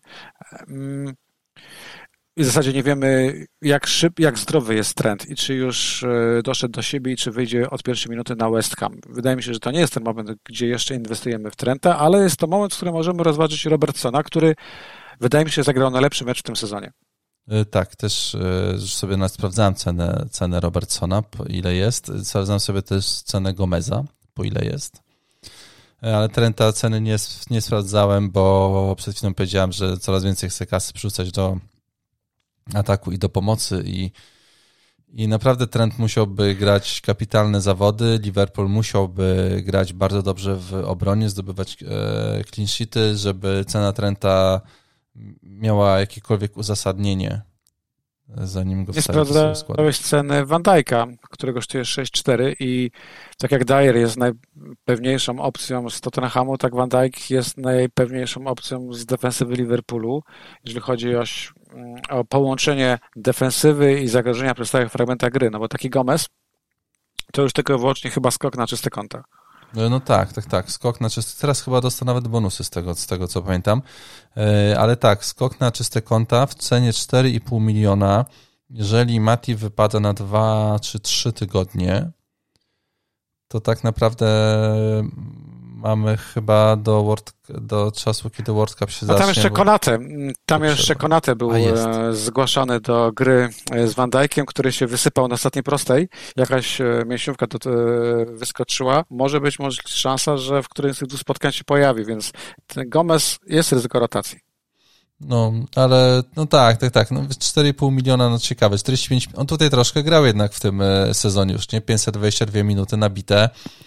Speaker 2: I w zasadzie nie wiemy, jak zdrowy jest Trent i czy już doszedł do siebie i czy wyjdzie od pierwszej minuty na West Ham. Wydaje mi się, że to nie jest ten moment, gdzie jeszcze inwestujemy w Trenta, ale jest to moment, w którym możemy rozważyć Robertsona, który wydaje mi się zagrał najlepszy mecz w tym sezonie.
Speaker 1: Tak, też sobie sprawdzałem cenę Robertsona, po ile jest. Sprawdzałem sobie też cenę Gomeza, po ile jest. Ale Trenta ceny nie sprawdzałem, bo przed chwilą powiedziałem, że coraz więcej chcę kasy przerzucać do ataku i do pomocy i naprawdę Trent musiałby grać kapitalne zawody, Liverpool musiałby grać bardzo dobrze w obronie, zdobywać clean sheety, żeby cena Trenta miała jakiekolwiek uzasadnienie, zanim go wstawić do swojego składu.
Speaker 2: Nie sprawdzałeś ceny Van Dijk'a, który kosztuje 6,4 i tak jak Dyer jest najpewniejszą opcją z Tottenhamu, tak Van Dijk jest najpewniejszą opcją z defensywy Liverpoolu, jeżeli chodzi o połączenie defensywy i zagrożenia przy stałych fragmentach gry, no bo taki Gomez to już tylko i wyłącznie chyba skok na czyste konta.
Speaker 1: No tak. Skok na czyste. Teraz chyba dostał nawet bonusy z tego co pamiętam. Ale tak, skok na czyste konta w cenie 4,5 miliona. Jeżeli Mati wypada na 2 czy 3 tygodnie, to tak naprawdę mamy chyba do czasu, kiedy World Cup się zacznie.
Speaker 2: Tam jeszcze Konate był zgłaszany do gry z Van Dijkiem, który się wysypał na ostatniej prostej. Jakaś mięśniówka wyskoczyła. Może być szansa, że w którymś z tych 2 spotkań się pojawi, więc ten Gomez jest ryzyko rotacji.
Speaker 1: No, ale no tak. No, 4,5 miliona, no ciekawe. 45, on tutaj troszkę grał jednak w tym sezonie już, nie? 522 minuty nabite.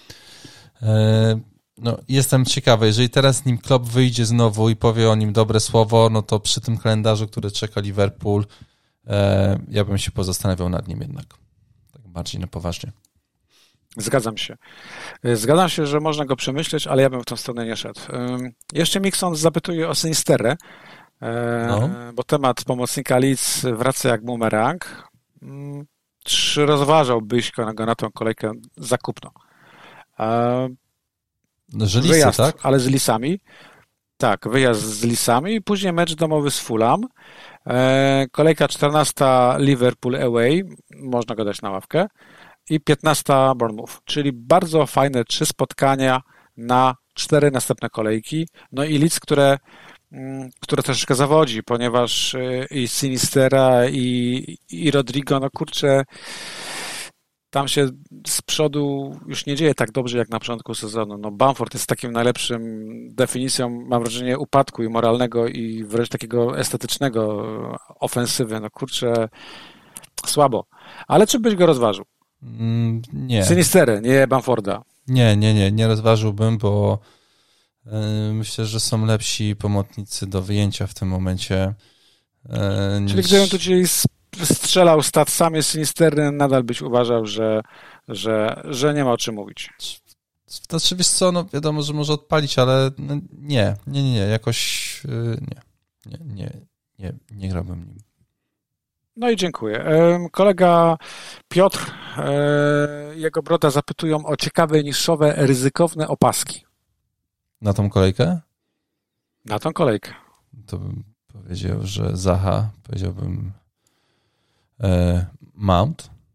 Speaker 1: No, jestem ciekawy, jeżeli teraz nim Klopp wyjdzie znowu i powie o nim dobre słowo, no to przy tym kalendarzu, który czeka Liverpool, ja bym się pozastanawiał nad nim jednak. Tak bardziej na poważnie.
Speaker 2: Zgadzam się. Zgadzam się, że można go przemyśleć, ale ja bym w tą stronę nie szedł. Jeszcze Mikson zapytuje o Sinisterę, bo temat pomocnika Leeds wraca jak bumerang. Czy rozważałbyś go na tą kolejkę zakupną?
Speaker 1: Że Lisy,
Speaker 2: wyjazd,
Speaker 1: tak?
Speaker 2: Ale z Lisami. Tak, wyjazd z Lisami. Później mecz domowy z Fulham. Kolejka 14 Liverpool away. Można go dać na ławkę. I 15 Bournemouth. Czyli bardzo fajne 3 spotkania na 4 następne kolejki. No i Leeds, które troszeczkę zawodzi, ponieważ i Sinistera i Rodrigo, no kurczę, tam się z przodu już nie dzieje tak dobrze jak na początku sezonu. No Bamford jest takim najlepszym definicją, mam wrażenie, upadku i moralnego i wręcz takiego estetycznego ofensywy. No kurczę, słabo. Ale czy byś go rozważył?
Speaker 1: Nie.
Speaker 2: Sinisterę, nie Bamforda.
Speaker 1: Nie rozważyłbym, bo myślę, że są lepsi pomocnicy do wyjęcia w tym momencie.
Speaker 2: Czyli gdybym tu dzisiaj strzelał statsami Sinistery, nadal byś uważał, że nie ma o czym mówić.
Speaker 1: To wiesz co, no wiadomo, że może odpalić, ale no nie, jakoś nie grałbym nim.
Speaker 2: No i dziękuję. Kolega Piotr, jego broda zapytują o ciekawe, niszowe, ryzykowne opaski.
Speaker 1: Na tą kolejkę?
Speaker 2: Na tą kolejkę.
Speaker 1: To bym powiedział, że Zaha, powiedziałbym Mount,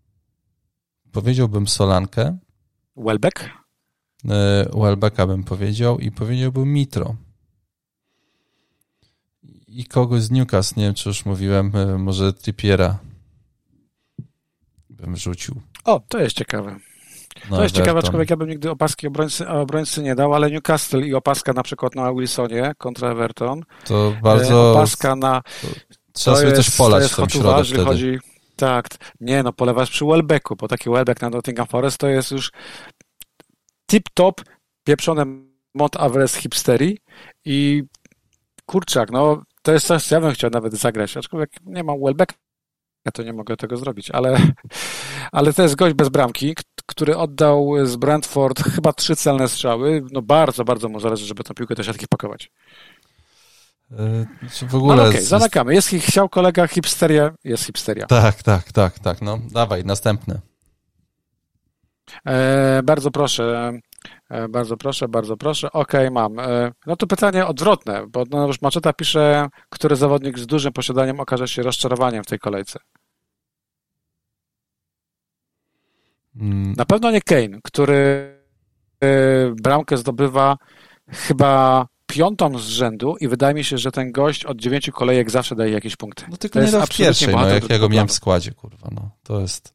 Speaker 1: powiedziałbym Solankę.
Speaker 2: Welbeck?
Speaker 1: Welbecka bym powiedział i powiedziałbym Mitro. I kogoś z Newcastle, nie wiem, czy już mówiłem, może Trippiera bym rzucił.
Speaker 2: O, to jest ciekawe. To jest ciekawe, aczkolwiek ja bym nigdy opaski obrońcy nie dał, ale Newcastle i opaska na przykład na Wilsonie kontra Everton.
Speaker 1: To bardzo...
Speaker 2: Opaska na...
Speaker 1: Trzeba sobie też polać w tym środek wtedy.
Speaker 2: Chodzi... Tak, nie, no polewasz przy Welbecku, bo taki Welbeck na Nottingham Forest to jest już tip-top, pieprzone Mont Everest hipsterii i kurczak, no to jest coś, co ja bym chciał nawet zagrać, aczkolwiek nie mam Welbecka, ja to nie mogę tego zrobić, ale to jest gość bez bramki, który oddał z Brentford chyba 3 celne strzały, no bardzo, bardzo mu zależy, żeby tę piłkę do siatki pakować.
Speaker 1: W ogóle
Speaker 2: no okej, zamykamy. Chciał kolega hipsteria, jest hipsteria.
Speaker 1: Tak, no dawaj, następny.
Speaker 2: Bardzo proszę. Bardzo proszę. Okej, mam. No to pytanie odwrotne, bo już Maczeta pisze, który zawodnik z dużym posiadaniem okaże się rozczarowaniem w tej kolejce. Na pewno nie Kane, który bramkę zdobywa chyba 5. z rzędu i wydaje mi się, że ten gość od 9 kolejek zawsze daje jakieś punkty.
Speaker 1: No tylko nie dał w pierwszej, no jak ja go miałem w składzie, kurwa, no to jest...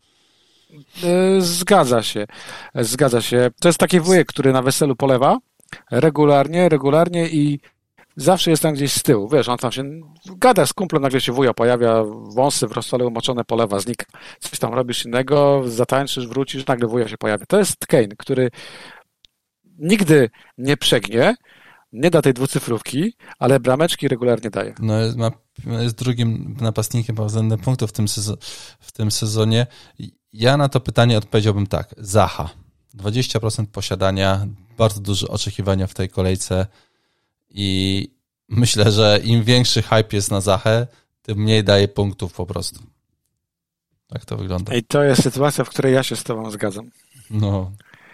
Speaker 2: Zgadza się. To jest taki wujek, który na weselu polewa regularnie i zawsze jest tam gdzieś z tyłu. Wiesz, on tam się gada z kumplem, nagle się wuja pojawia, wąsy w rosole umoczone, polewa, znika. Coś tam robisz innego, zatańczysz, wrócisz, nagle wuja się pojawia. To jest Kane, który nigdy nie przegnie, nie da tej dwucyfrówki, ale brameczki regularnie daje.
Speaker 1: No jest drugim napastnikiem pod względem punktów w tym sezonie. Ja na to pytanie odpowiedziałbym tak. Zaha. 20% posiadania, bardzo duże oczekiwania w tej kolejce i myślę, że im większy hype jest na Zachę, tym mniej daje punktów po prostu. Tak to wygląda.
Speaker 2: I to jest sytuacja, w której ja się z tobą zgadzam.
Speaker 1: No.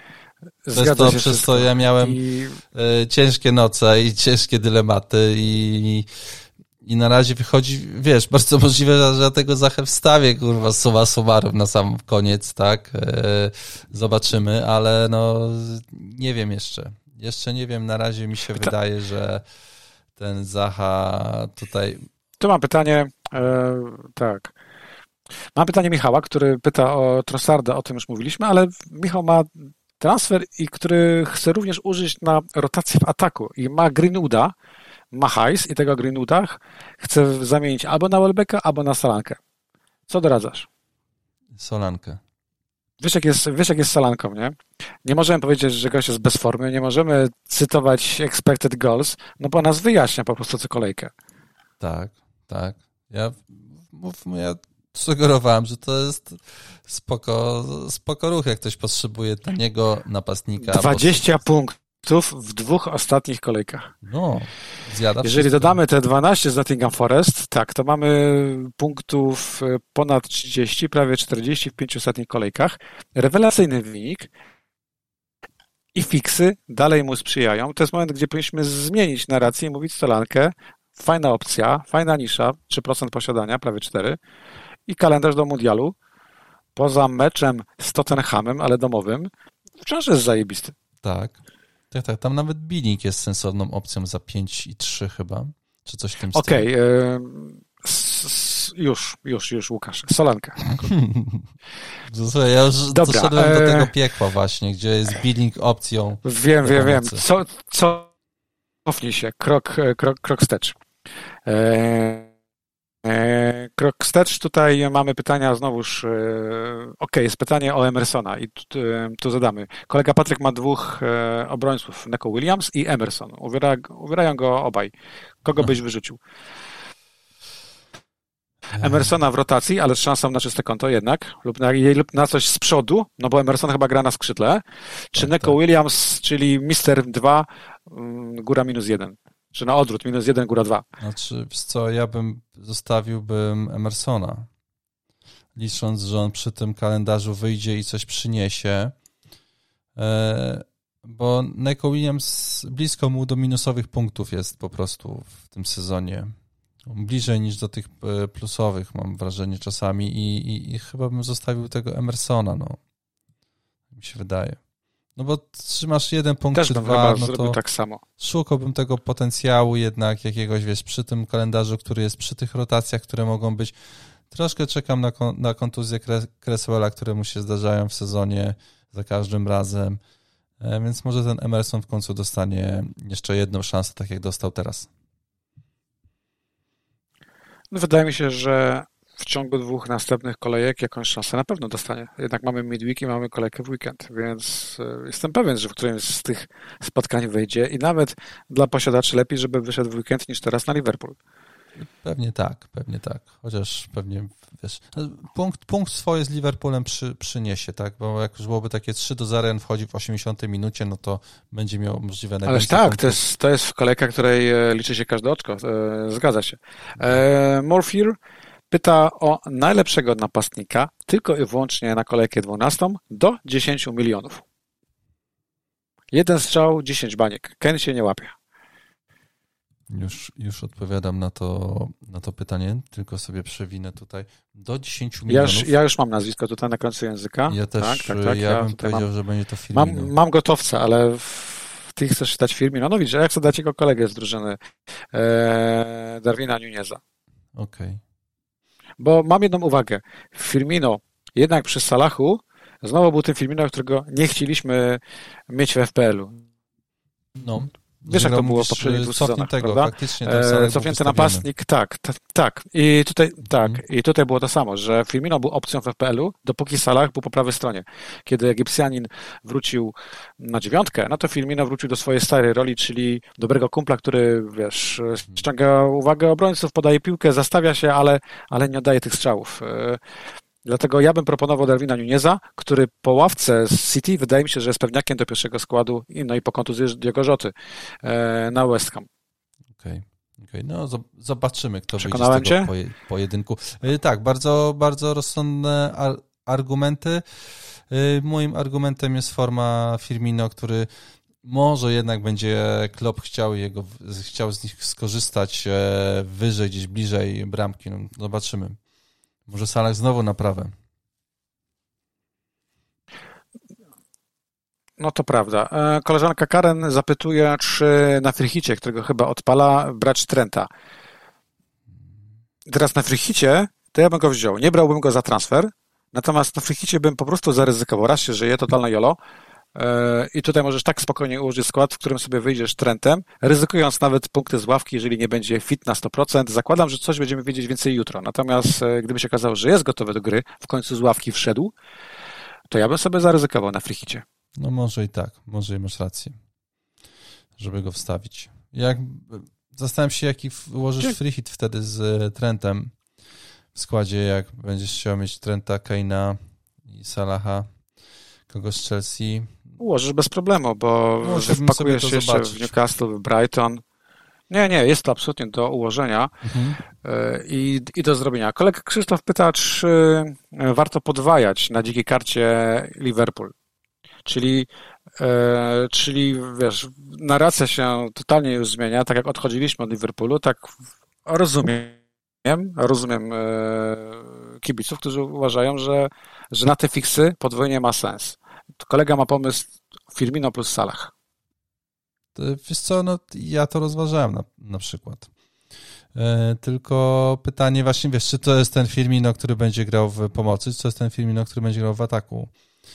Speaker 1: Przez to ja miałem ciężkie noce i ciężkie dylematy i na razie wychodzi, wiesz, bardzo możliwe, że ja tego Zachę wstawię, kurwa, summa summarum na sam koniec, tak? Zobaczymy, ale no nie wiem jeszcze. Jeszcze nie wiem, na razie mi się wydaje, że ten Zaha tutaj...
Speaker 2: Tu mam pytanie, tak. Mam pytanie Michała, który pyta o Trossarda, o tym już mówiliśmy, ale Michał ma transfer, i który chce również użyć na rotację w ataku i ma Greenwooda, ma hajs i tego Greenwooda chce zamienić albo na Welbecka, albo na Solankę. Co doradzasz?
Speaker 1: Solankę.
Speaker 2: Wiesz jak jest z Solanką, nie? Nie możemy powiedzieć, że gość jest bez formy, nie możemy cytować expected goals, no bo nas wyjaśnia po prostu co kolejkę.
Speaker 1: Tak. Ja sugerowałem, że to jest spoko ruch, jak ktoś potrzebuje taniego napastnika.
Speaker 2: 20 punktów w 2 ostatnich kolejkach.
Speaker 1: No, zjada
Speaker 2: Jeżeli
Speaker 1: wszystko.
Speaker 2: dodamy te 12 z Nottingham Forest, tak, to mamy punktów ponad 30, prawie 40 w 5 ostatnich kolejkach. Rewelacyjny wynik i fiksy dalej mu sprzyjają. To jest moment, gdzie powinniśmy zmienić narrację i mówić Solankę. Fajna opcja, fajna nisza, 3% posiadania, prawie 4%. I kalendarz do mundialu. Poza meczem z Tottenhamem, ale domowym, wciąż jest zajebisty.
Speaker 1: Tak. Tam nawet Billing jest sensowną opcją za 5,3 chyba, czy coś w tym stylu.
Speaker 2: Okej, już Łukasz, Solanka.
Speaker 1: Ja już doszedłem do tego piekła właśnie, gdzie jest Billing opcją.
Speaker 2: Wiem. Cofnij się, krok wstecz. Krok wstecz, tutaj mamy pytania znowuż. Jest pytanie o Emersona i tu zadamy. Kolega Patryk ma 2 obrońców, Neco Williams i Emerson. Uwierają go obaj. Kogo byś wyrzucił? Emersona w rotacji, ale z szansą na czyste konto jednak, lub na coś z przodu, no bo Emerson chyba gra na skrzydle. Czy Neco Williams, czyli Mister 2, góra -1? Czy na odwrót, -1, góra 2?
Speaker 1: Znaczy, wiesz co, zostawiłbym Emersona, licząc, że on przy tym kalendarzu wyjdzie i coś przyniesie, bo Neco Williams blisko mu do minusowych punktów jest po prostu w tym sezonie. Bliżej niż do tych plusowych, mam wrażenie czasami i chyba bym zostawił tego Emersona, no. mi się wydaje. No bo trzymasz 1 punkt
Speaker 2: Też
Speaker 1: czy
Speaker 2: bym
Speaker 1: 2,
Speaker 2: chyba
Speaker 1: no
Speaker 2: zrobił
Speaker 1: to
Speaker 2: tak samo.
Speaker 1: szukałbym tego potencjału jednak jakiegoś, wiesz, przy tym kalendarzu, który jest, przy tych rotacjach, które mogą być. Troszkę czekam na kontuzję Cresswella, które mu się zdarzają w sezonie za każdym razem, więc może ten Emerson w końcu dostanie jeszcze jedną szansę, tak jak dostał teraz.
Speaker 2: No wydaje mi się, że w ciągu 2 następnych kolejek jakąś szansę na pewno dostanie. Jednak mamy midweek i mamy kolejkę w weekend, więc jestem pewien, że w którymś z tych spotkań wyjdzie i nawet dla posiadaczy lepiej, żeby wyszedł w weekend niż teraz na Liverpool.
Speaker 1: Pewnie tak. Chociaż pewnie, wiesz, punkt swoje z Liverpoolem przyniesie, tak? Bo jak już byłoby takie 3-0, on wchodzi w 80 minucie, no to będzie miał możliwe najwięcej
Speaker 2: Ależ tak,
Speaker 1: punktów.
Speaker 2: to jest w kolejka, której liczy się każde oczko. Zgadza się. Morfier pyta o najlepszego napastnika tylko i wyłącznie na kolejkę 12 do 10 milionów. 1 strzał, 10 baniek. Ken się nie łapie.
Speaker 1: Już odpowiadam na to pytanie, tylko sobie przewinę tutaj. Do 10 milionów.
Speaker 2: Ja już mam nazwisko tutaj na końcu języka.
Speaker 1: Ja też,
Speaker 2: tak.
Speaker 1: ja bym powiedział, że będzie to Firmino.
Speaker 2: Mam gotowca, ale ty chcesz dać Firmino. No widzisz, ja chcę dać jego kolegę z drużyny Darwina Nuneza.
Speaker 1: Okej.
Speaker 2: Bo mam jedną uwagę. Firmino jednak przy Salachu znowu był tym Firmino, którego nie chcieliśmy mieć w FPL-u.
Speaker 1: No.
Speaker 2: Wiesz, jak to było w poprzednich 2 sezonach, prawda?
Speaker 1: Faktycznie tam Salah
Speaker 2: Cofnięty napastnik, tak. I tutaj było to samo, że Firmino był opcją w FPL-u, dopóki Salah był po prawej stronie. Kiedy Egipcjanin wrócił na 9, no to Firmino wrócił do swojej starej roli, czyli dobrego kumpla, który, wiesz, ściąga uwagę obrońców, podaje piłkę, zastawia się, ale nie oddaje tych strzałów. Dlatego ja bym proponował Darwina Nuneza, który po ławce z City wydaje mi się, że jest pewniakiem do pierwszego składu i po kontuzji Diego Rzoty na West Ham.
Speaker 1: Okej. No zobaczymy, kto wyjdzie
Speaker 2: Przekonałem
Speaker 1: z tego
Speaker 2: cię?
Speaker 1: pojedynku. Tak, bardzo, bardzo rozsądne argumenty. Moim argumentem jest forma Firmino, który może jednak będzie Klopp chciał z nich skorzystać wyżej, gdzieś bliżej bramki. No, zobaczymy. Może Salah znowu na prawe.
Speaker 2: No to prawda. Koleżanka Karen zapytuje, czy na freehicie, którego chyba odpala, brać Trenta. Teraz na freehicie to ja bym go wziął. Nie brałbym go za transfer, natomiast na freehicie bym po prostu zaryzykował. Raz się żyje, totalne YOLO. I tutaj możesz tak spokojnie ułożyć skład, w którym sobie wyjdziesz Trentem, ryzykując nawet punkty z ławki, jeżeli nie będzie fit na 100%. Zakładam, że coś będziemy wiedzieć więcej jutro. Natomiast gdyby się okazało, że jest gotowy do gry, w końcu z ławki wszedł, to ja bym sobie zaryzykował na freehicie.
Speaker 1: No może i tak, może i masz rację, żeby go wstawić. Zastanawiam się, jaki ułożysz free hit wtedy z Trentem w składzie, jak będziesz chciał mieć Trenta, Kane'a i Salaha, kogoś z Chelsea.
Speaker 2: Ułożysz bez problemu, bo wpakujesz się jeszcze w Newcastle, w Brighton. Nie, jest to absolutnie do ułożenia i do zrobienia. Kolega Krzysztof pyta, czy warto podwajać na dzikiej karcie Liverpool. Czyli wiesz, narracja się totalnie już zmienia, tak jak odchodziliśmy od Liverpoolu, tak rozumiem kibiców, którzy uważają, że na te fiksy podwójnie ma sens. Kolega ma pomysł Firmino plus Salah.
Speaker 1: Wiesz co, no ja to rozważałem na przykład. Tylko pytanie właśnie, wiesz, czy to jest ten Firmino, który będzie grał w pomocy, czy to jest ten Firmino, który będzie grał w ataku.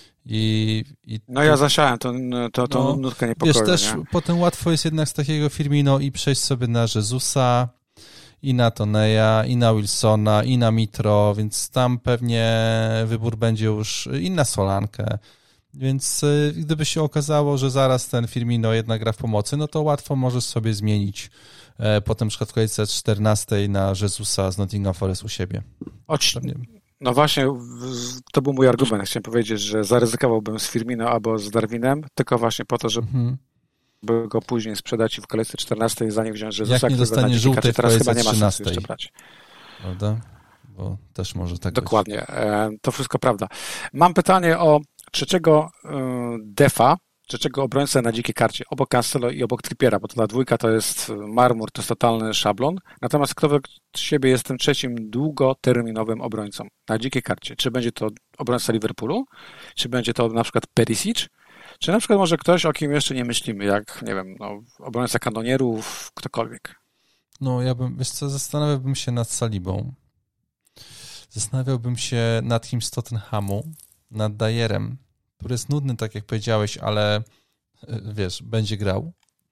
Speaker 2: Ja zasiałem tą nutkę niepokoju.
Speaker 1: Wiesz, też potem łatwo jest jednak z takiego Firmino i przejść sobie na Jezusa, i na Toneja, i na Wilsona, i na Mitro, więc tam pewnie wybór będzie już i na Solankę. Więc gdyby się okazało, że zaraz ten Firmino jednak gra w pomocy, no to łatwo możesz sobie zmienić potem na przykład w kolejce 14 na Jezusa z Nottingham Forest u siebie.
Speaker 2: No właśnie, to był mój argument. Chciałem powiedzieć, że zaryzykowałbym z Firmino albo z Darwinem, tylko właśnie po to, żeby go później sprzedać i w kolejce 14 zanim wziąć Jezusa,
Speaker 1: jak nie dostanie żółtej w
Speaker 2: teraz chyba nie ma
Speaker 1: 13.
Speaker 2: sensu jeszcze brać.
Speaker 1: Prawda? Bo też może tak
Speaker 2: Dokładnie. To wszystko prawda. Mam pytanie o trzeciego defa, trzeciego obrońcę na dzikiej karcie, obok Cancelo i obok Trippiera, bo to ta dwójka to jest marmur, to jest totalny szablon. Natomiast kto według siebie jest tym trzecim długoterminowym obrońcą na dzikiej karcie? Czy będzie to obrońca Liverpoolu? Czy będzie to na przykład Perisic? Czy na przykład może ktoś, o kim jeszcze nie myślimy, jak, nie wiem, obrońca kanonierów, ktokolwiek?
Speaker 1: No ja bym, wiesz co, zastanawiałbym się nad Salibą. Zastanawiałbym się nad kimś z Tottenhamu, nad Dyerem, który jest nudny, tak jak powiedziałeś, ale wiesz, będzie grał.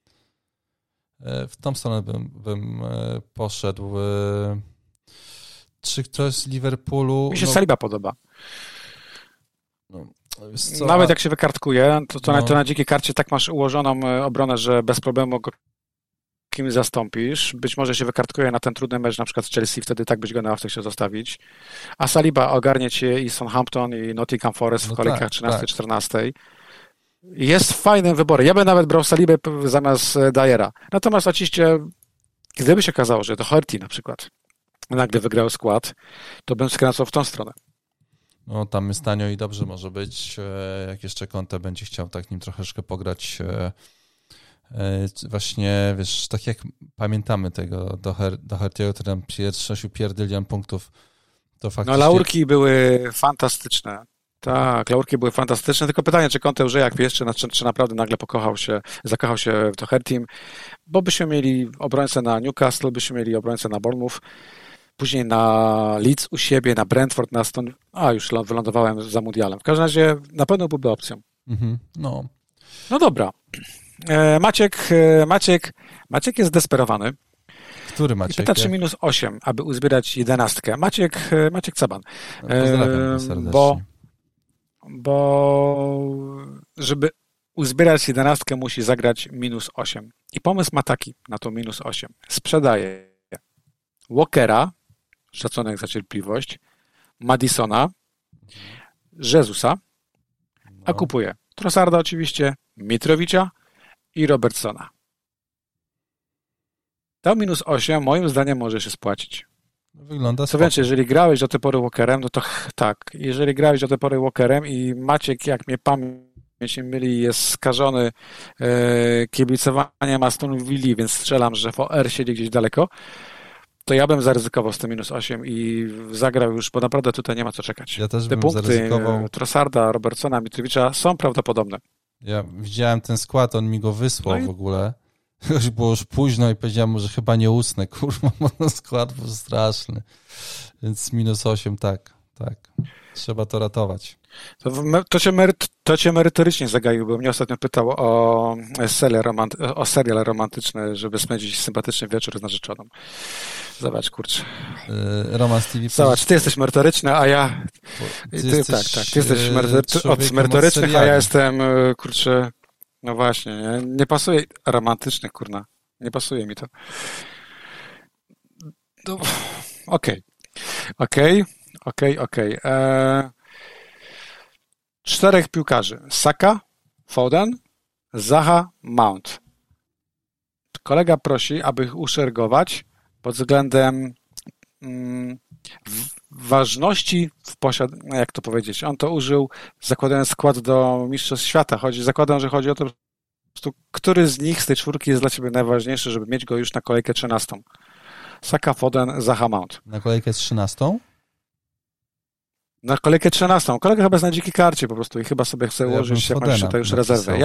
Speaker 1: W tą stronę bym poszedł. Czy ktoś z Liverpoolu...
Speaker 2: Mi się Saliba podoba.
Speaker 1: No,
Speaker 2: nawet jak się wykartkuje, to na dzikiej karcie tak masz ułożoną obronę, że bez problemu go kim zastąpisz. Być może się wykartkuje na ten trudny mecz, na przykład z Chelsea, wtedy tak byś go na ławce chciał zostawić. A Saliba ogarnie cię i Southampton, i Nottingham Forest w kolejkach 13-14. Jest fajnym wyborem. Ja bym nawet brał Salibę zamiast Dyera. Natomiast oczywiście, gdyby się okazało, że to Doherty na przykład nagle wygrał skład, to bym skręcał w tą stronę.
Speaker 1: No tam jest tanio i dobrze może być. Jak jeszcze Conte będzie chciał tak nim troszeczkę pograć, właśnie, wiesz, tak jak pamiętamy tego Doherty'ego, który nam przynosił pierdylion punktów, to faktycznie...
Speaker 2: No laurki były fantastyczne. Tak, laurki były fantastyczne, tylko pytanie, czy Conte już jak wiesz, czy naprawdę nagle zakochał się w Dohertym, bo byśmy mieli obrońcę na Newcastle, byśmy mieli obrońcę na Bournemouth, później na Leeds u siebie, na Brentford, na Aston... już wylądowałem za Mundialem. W każdym razie na pewno byłby opcją. No dobra. Maciek jest zdesperowany.
Speaker 1: Który Maciek?
Speaker 2: I pyta, czy minus 8, aby uzbierać 11. Maciek Caban.
Speaker 1: Pozdrawiam serdecznie.
Speaker 2: Bo żeby uzbierać 11, musi zagrać minus 8. I pomysł ma taki na to minus 8. Sprzedaje Walkera, szacunek za cierpliwość, Madisona, Jezusa, a kupuje Trossarda oczywiście, Mitrowicza i Robertsona. To minus 8 moim zdaniem może się spłacić.
Speaker 1: Wygląda
Speaker 2: co więcej, jeżeli grałeś do tej pory Walkerem, no to tak, jeżeli grałeś do tej pory Walkerem i Maciek, jak mnie pamięć nie myli, jest skażony kibicowaniem Aston Villa, więc strzelam, że VR siedzi gdzieś daleko, to ja bym zaryzykował z tym minus 8 i zagrał już, bo naprawdę tutaj nie ma co czekać.
Speaker 1: Ja też
Speaker 2: te
Speaker 1: bym
Speaker 2: punkty
Speaker 1: zaryzykował.
Speaker 2: Trossarda, Robertsona, Mitrowicza są prawdopodobne.
Speaker 1: Ja widziałem ten skład, on mi go wysłał w ogóle. Już było już późno i powiedziałem mu, że chyba nie usnę, kurwa, bo ten skład był straszny. Więc minus 8, tak. Trzeba to ratować.
Speaker 2: To cię merytorycznie zagaił, bo mnie ostatnio pytał o serial romantyczny, żeby spędzić sympatyczny wieczór z narzeczoną. Zobacz, kurczę.
Speaker 1: Romans TV.
Speaker 2: Zobacz, ty jesteś merytoryczny, a ja... Ty jesteś od merytorycznych, a ja jestem, kurczę... No właśnie, nie pasuje romantyczny, kurna. Nie pasuje mi to. Okej. 4 piłkarzy. Saka, Foden, Zaha, Mount. Kolega prosi, aby ich uszeregować pod względem ważności w posiadaniu, jak to powiedzieć, on to użył, zakładając skład do Mistrzostw Świata. Zakładam, że chodzi o to, który z nich, z tej 4 jest dla ciebie najważniejszy, żeby mieć go już na kolejkę 13. Saka, Foden, Zaha, Mount.
Speaker 1: Na kolejkę 13?
Speaker 2: Na kolejkę 13. Kolega chyba jest na dzikiej karcie po prostu i chyba sobie chce ułożyć jakąś już rezerwę.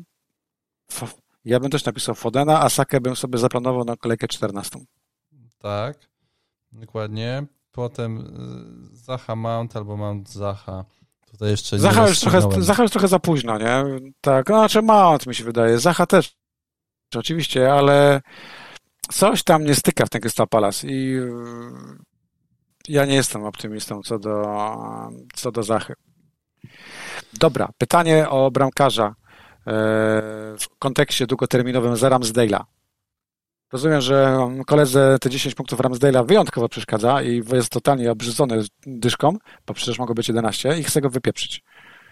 Speaker 2: Ja bym też napisał Fodena, a Sakę bym sobie zaplanował na kolejkę 14.
Speaker 1: Tak, dokładnie. Potem Zaha, Mount albo Mount, Zaha. Tutaj jeszcze
Speaker 2: Zaha już trochę za późno, nie? Tak, znaczy Mount mi się wydaje. Zaha też oczywiście, ale coś tam nie styka w ten Crystal Palace i ja nie jestem optymistą co do Zachy. Dobra, pytanie o bramkarza w kontekście długoterminowym za Ramsdale'a. Rozumiem, że koledze te 10 punktów Ramsdale'a wyjątkowo przeszkadza i jest totalnie obrzydzony dyszką, bo przecież mogło być 11 i chce go wypieprzyć.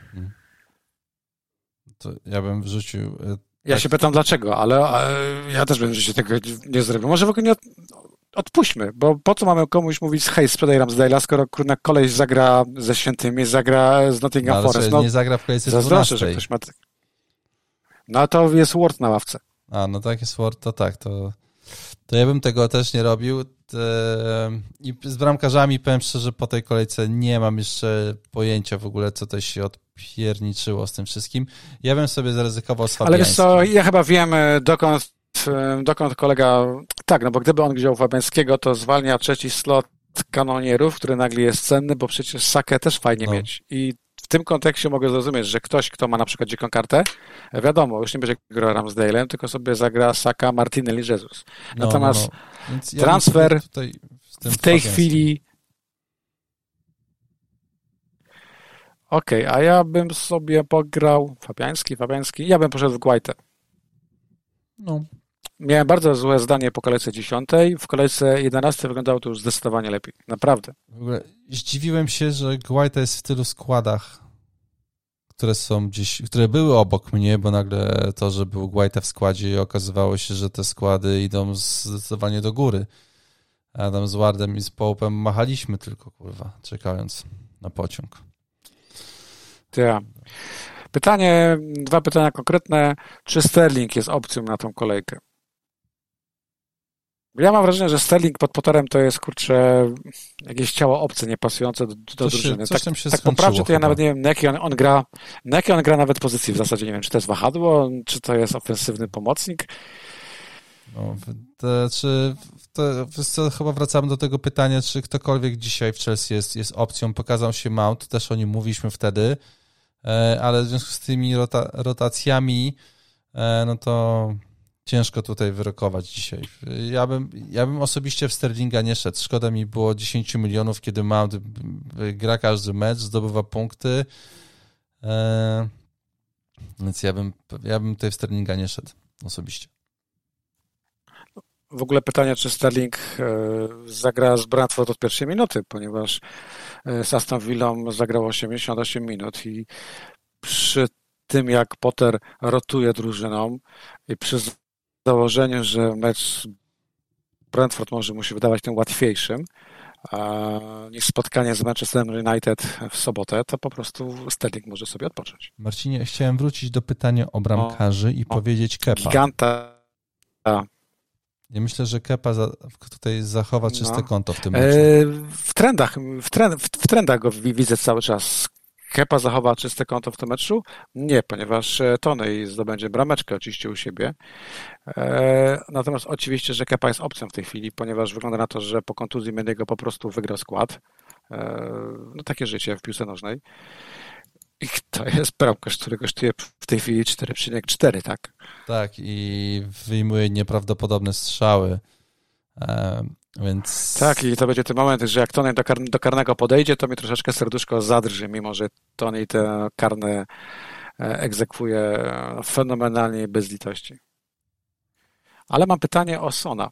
Speaker 1: To ja bym wrzucił...
Speaker 2: Ja się pytam dlaczego, ale ja też bym w życiu tego nie zrobił. Może w ogóle nie odpuśćmy, bo po co mamy komuś mówić hej, sprzedaj Ramsdale'a, skoro kurna koleś zagra ze Świętymi, zagra z Nottingham Forest.
Speaker 1: Nie zagra w kolejce 12.
Speaker 2: Że ktoś ma... No to jest Ward na ławce.
Speaker 1: A, no tak jest Ward, to tak, to ja bym tego też nie robił. I z bramkarzami powiem szczerze, po tej kolejce nie mam jeszcze pojęcia w ogóle, co to się odpierniczyło z tym wszystkim. Ja bym sobie zaryzykował z Fabiańskim.
Speaker 2: Ale wiesz co, ja chyba wiem, dokąd kolega... Tak, no bo gdyby on wziął Fabiańskiego, to zwalnia trzeci slot kanonierów, który nagle jest cenny, bo przecież Sakę też fajnie mieć. I w tym kontekście mogę zrozumieć, że ktoś, kto ma na przykład dziką kartę, wiadomo, już nie będzie grał Ramsdale'em, tylko sobie zagra Saka, Martinelli, Jesus. Natomiast
Speaker 1: Więc ja
Speaker 2: transfer w tej chwili... Okej, a ja bym sobie pograł Fabiański, ja bym poszedł w Guaitę.
Speaker 1: No.
Speaker 2: Miałem bardzo złe zdanie po kolejce 10. W kolejce 11 wyglądało to już zdecydowanie lepiej. Naprawdę.
Speaker 1: W ogóle zdziwiłem się, że Guaita jest w tylu składach, które były obok mnie, bo nagle to, że był Guaita w składzie i okazywało się, że te składy idą zdecydowanie do góry. A tam z Wardem i z Pope'em machaliśmy tylko, czekając na pociąg.
Speaker 2: Ja. Dwa pytania konkretne. Czy Sterling jest opcją na tą kolejkę? Ja mam wrażenie, że Sterling pod Potterem to jest, jakieś ciało obce, niepasujące do drużyny. Tak po prawdzie to ja nawet nie wiem, na jakiej on gra nawet pozycji w zasadzie. Nie wiem, czy to jest wahadło, czy to jest ofensywny pomocnik.
Speaker 1: No, chyba wracamy do tego pytania, czy ktokolwiek dzisiaj w Chelsea jest opcją. Pokazał się Mount, też o nim mówiliśmy wtedy, ale w związku z tymi rotacjami, no to ciężko tutaj wyrokować dzisiaj. Ja bym osobiście w Sterlinga nie szedł. Szkoda mi było 10 milionów, kiedy Mount gra każdy mecz, zdobywa punkty, więc ja bym tutaj w Sterlinga nie szedł osobiście.
Speaker 2: W ogóle pytanie, czy Sterling zagra z Brentford od pierwszej minuty, ponieważ z Aston Villą zagrał 88 minut i przy tym, jak Potter rotuje drużyną i przy założeniu, że mecz Brentford może mu się wydawać tym łatwiejszym niż spotkanie z Manchesterem United w sobotę, to po prostu Sterling może sobie odpocząć.
Speaker 1: Marcinie, chciałem wrócić do pytania o bramkarzy i powiedzieć Kepa.
Speaker 2: Giganta.
Speaker 1: Ja myślę, że Kepa tutaj zachowa czyste konto w tym meczu.
Speaker 2: W trendach go widzę cały czas. Kepa zachowa czyste konto w tym meczu? Nie, ponieważ Tony zdobędzie brameczkę oczywiście u siebie. Natomiast oczywiście, że Kepa jest opcją w tej chwili, ponieważ wygląda na to, że po kontuzji Mendiego po prostu wygrał skład. No takie życie w piłce nożnej. I to jest bramkarz, który kosztuje w tej chwili 4,4, tak?
Speaker 1: Tak, i wyjmuje nieprawdopodobne strzały. Więc...
Speaker 2: Tak, i to będzie ten moment, że jak Tony do karnego podejdzie, to mi troszeczkę serduszko zadrży, mimo że Tony te karne egzekwuje fenomenalnie i bez litości. Ale mam pytanie o Sona.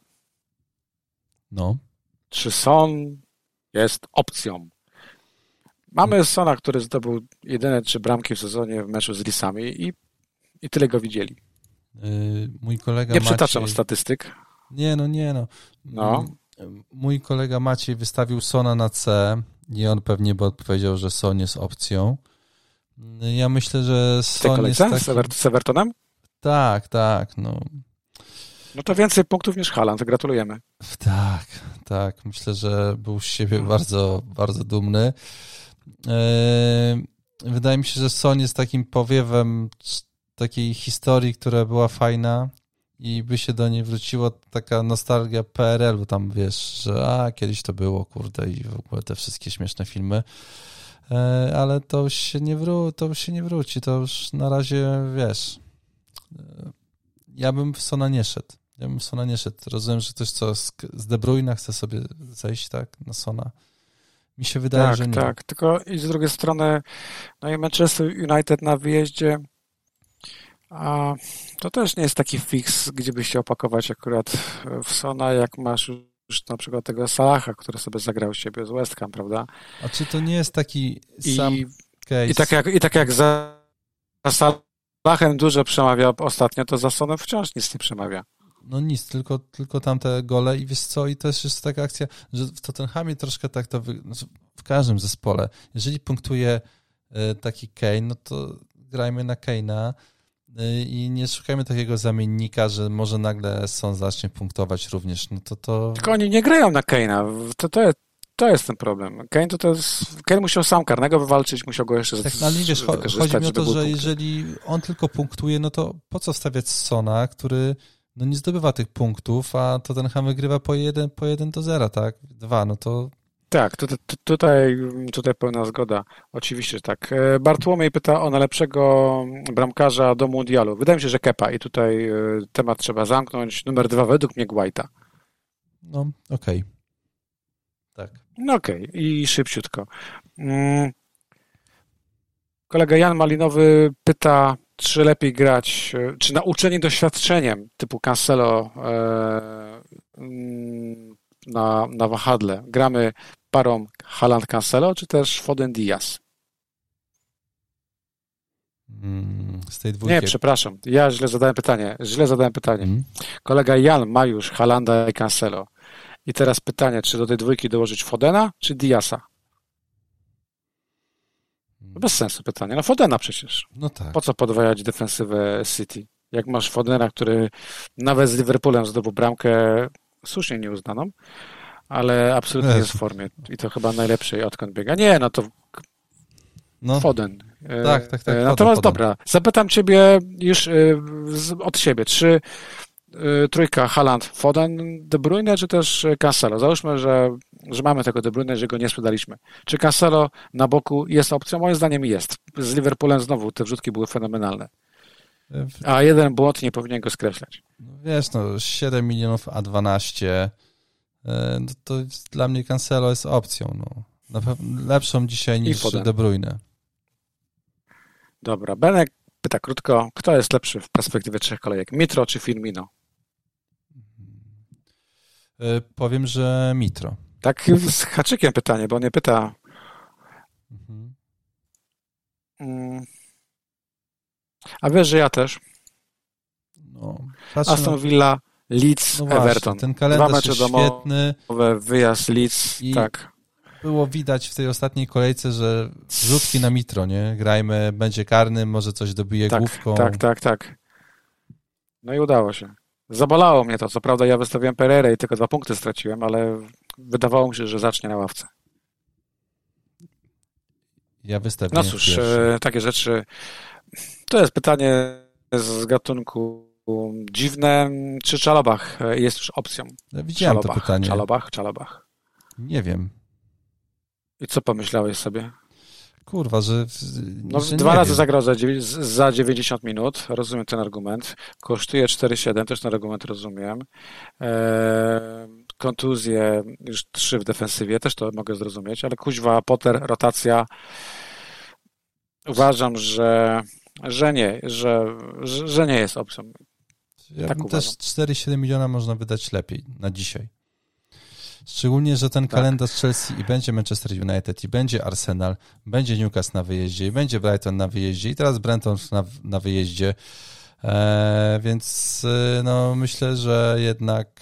Speaker 1: No.
Speaker 2: Czy Son jest opcją? Mamy Sona, który zdobył jedyne 3 bramki w sezonie w meczu z Lisami i tyle go widzieli.
Speaker 1: Mój kolega
Speaker 2: nie przytaczam statystyk.
Speaker 1: Nie no. Mój kolega Maciej wystawił Sona na C i on pewnie by odpowiedział, że Son jest opcją. Ja myślę, że Son jest takim...
Speaker 2: z Evertonem?
Speaker 1: Tak, no.
Speaker 2: No to więcej punktów niż Haaland, gratulujemy.
Speaker 1: Tak. Myślę, że był z siebie bardzo, bardzo dumny. Wydaje mi się, że Son jest takim powiewem takiej historii, która była fajna i by się do niej wróciło taka nostalgia PRL-u, tam wiesz, że kiedyś to było, kurde, i w ogóle te wszystkie śmieszne filmy, ale to już się nie wróci, to już na razie, wiesz, ja bym w Sona nie szedł. Rozumiem, że ktoś z De Bruyna chce sobie zejść, tak, na Sona. Mi się wydaje, że nie.
Speaker 2: Tak, tylko i z drugiej strony, no i Manchester United na wyjeździe, a to też nie jest taki fix, gdzie byś się opakować akurat w Sona, jak masz już na przykład tego Salaha, który sobie zagrał siebie z West Ham, prawda?
Speaker 1: A czy to nie jest taki sam case?
Speaker 2: I tak jak za Salahem dużo przemawia ostatnio, to za Sonem wciąż nic nie przemawia.
Speaker 1: No nic, tylko tamte gole i wiesz co, i też jest taka akcja, że w Tottenhamie troszkę tak to w każdym zespole, jeżeli punktuje taki Kane, no to grajmy na Kane'a, i nie szukajmy takiego zamiennika, że może nagle Son zacznie punktować również. No to...
Speaker 2: Tylko oni nie grają na Kane'a. To jest ten problem. Kane musiał sam karnego wywalczyć, musiał go jeszcze
Speaker 1: tak, ale wiesz, chodzi mi o to, że jeżeli on tylko punktuje, no to po co stawiać Sona, który no nie zdobywa tych punktów, a Tottenham wygrywa po 1-0, tak? 2, no to...
Speaker 2: Tak, tutaj pełna zgoda. Oczywiście, że tak. Bartłomiej pyta o najlepszego bramkarza do mundialu. Wydaje mi się, że Kepa i tutaj temat trzeba zamknąć. Numer 2 według mnie Guaita.
Speaker 1: No, okej. Tak.
Speaker 2: No okej. I szybciutko. Kolega Jan Malinowy pyta, czy lepiej grać, czy nauczeni doświadczeniem typu Cancelo na wahadle. Gramy parą Haaland-Cancelo, czy też Foden-Diaz?
Speaker 1: Z tej dwójki.
Speaker 2: Nie, przepraszam. Ja źle zadałem pytanie. Kolega Jan ma już Haalanda i Cancelo. I teraz pytanie, czy do tej dwójki dołożyć Fodena, czy Diaza? Bez sensu pytanie. No Fodena przecież.
Speaker 1: No tak.
Speaker 2: Po co podwajać defensywę City? Jak masz Fodena, który nawet z Liverpoolem zdobył bramkę słusznie nieuznaną, ale absolutnie jest w formie. I to chyba najlepszej, odkąd biega. Nie, no to Foden.
Speaker 1: Tak.
Speaker 2: Natomiast dobra, zapytam ciebie już od siebie, czy trójka Haaland, Foden, De Bruyne, czy też Cancelo? Załóżmy, że mamy tego De Bruyne, że go nie sprzedaliśmy. Czy Cancelo na boku jest opcją? Moim zdaniem jest. Z Liverpoolem znowu te wrzutki były fenomenalne. A jeden błąd nie powinien go skreślać.
Speaker 1: Wiesz, 7 milionów a 12 to dla mnie Cancelo jest opcją. No. Na pewno lepszą dzisiaj niż De Bruyne.
Speaker 2: Dobra, Benek pyta krótko, kto jest lepszy w perspektywie 3 kolejek? Mitro czy Firmino?
Speaker 1: Powiem, że Mitro.
Speaker 2: Tak z haczykiem pytanie, bo on nie pyta. A wiesz, że ja też. Aston Villa, Leeds, Everton.
Speaker 1: Ten kalendarz jest świetny.
Speaker 2: Wyjazd Leeds, tak.
Speaker 1: Było widać w tej ostatniej kolejce, że rzutki na Mitro, nie? Grajmy, będzie karny, może coś dobije główką.
Speaker 2: Tak. No i udało się. Zabolało mnie to. Co prawda ja wystawiłem Pereirę i tylko 2 punkty straciłem, ale wydawało mi się, że zacznie na ławce.
Speaker 1: Ja wystawiłem
Speaker 2: No cóż, takie rzeczy. To jest pytanie z gatunku dziwne. Czy Chalobah jest już opcją?
Speaker 1: Ja widziałem to pytanie.
Speaker 2: Chalobah.
Speaker 1: Nie wiem.
Speaker 2: I co pomyślałeś sobie?
Speaker 1: Kurwa, że
Speaker 2: 2 razy zagrał za 90 minut. Rozumiem ten argument. Kosztuje 4,7. Też ten argument rozumiem. Kontuzje już 3 w defensywie. Też to mogę zrozumieć. Ale kuźwa, Potter, rotacja. Uważam, że nie jest opcją.
Speaker 1: Ja tak też 4,7 miliona można wydać lepiej na dzisiaj. Szczególnie, że ten kalendarz Chelsea i będzie Manchester United, i będzie Arsenal, będzie Newcastle na wyjeździe, i będzie Brighton na wyjeździe, i teraz Brentford na wyjeździe. Więc myślę, że jednak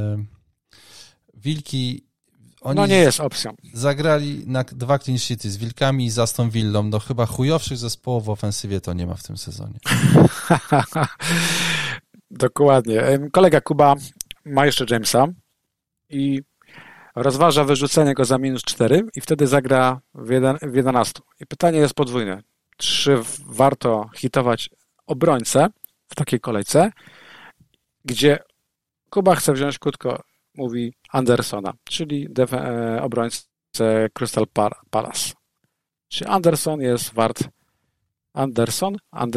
Speaker 1: Wilki
Speaker 2: nie jest opcją.
Speaker 1: Zagrali na 2 clean sheety z Wilkami i z Aston Villą. No chyba chujowszych zespołów w ofensywie to nie ma w tym sezonie.
Speaker 2: Dokładnie. Kolega Kuba ma jeszcze Jamesa i rozważa wyrzucenie go za -4 i wtedy zagra w 11. I pytanie jest podwójne. Czy warto hitować obrońcę w takiej kolejce, gdzie Kuba chce wziąć krótko, mówi Andersona, czyli obrońcę Crystal Palace. Czy Anderson jest wart Andersen?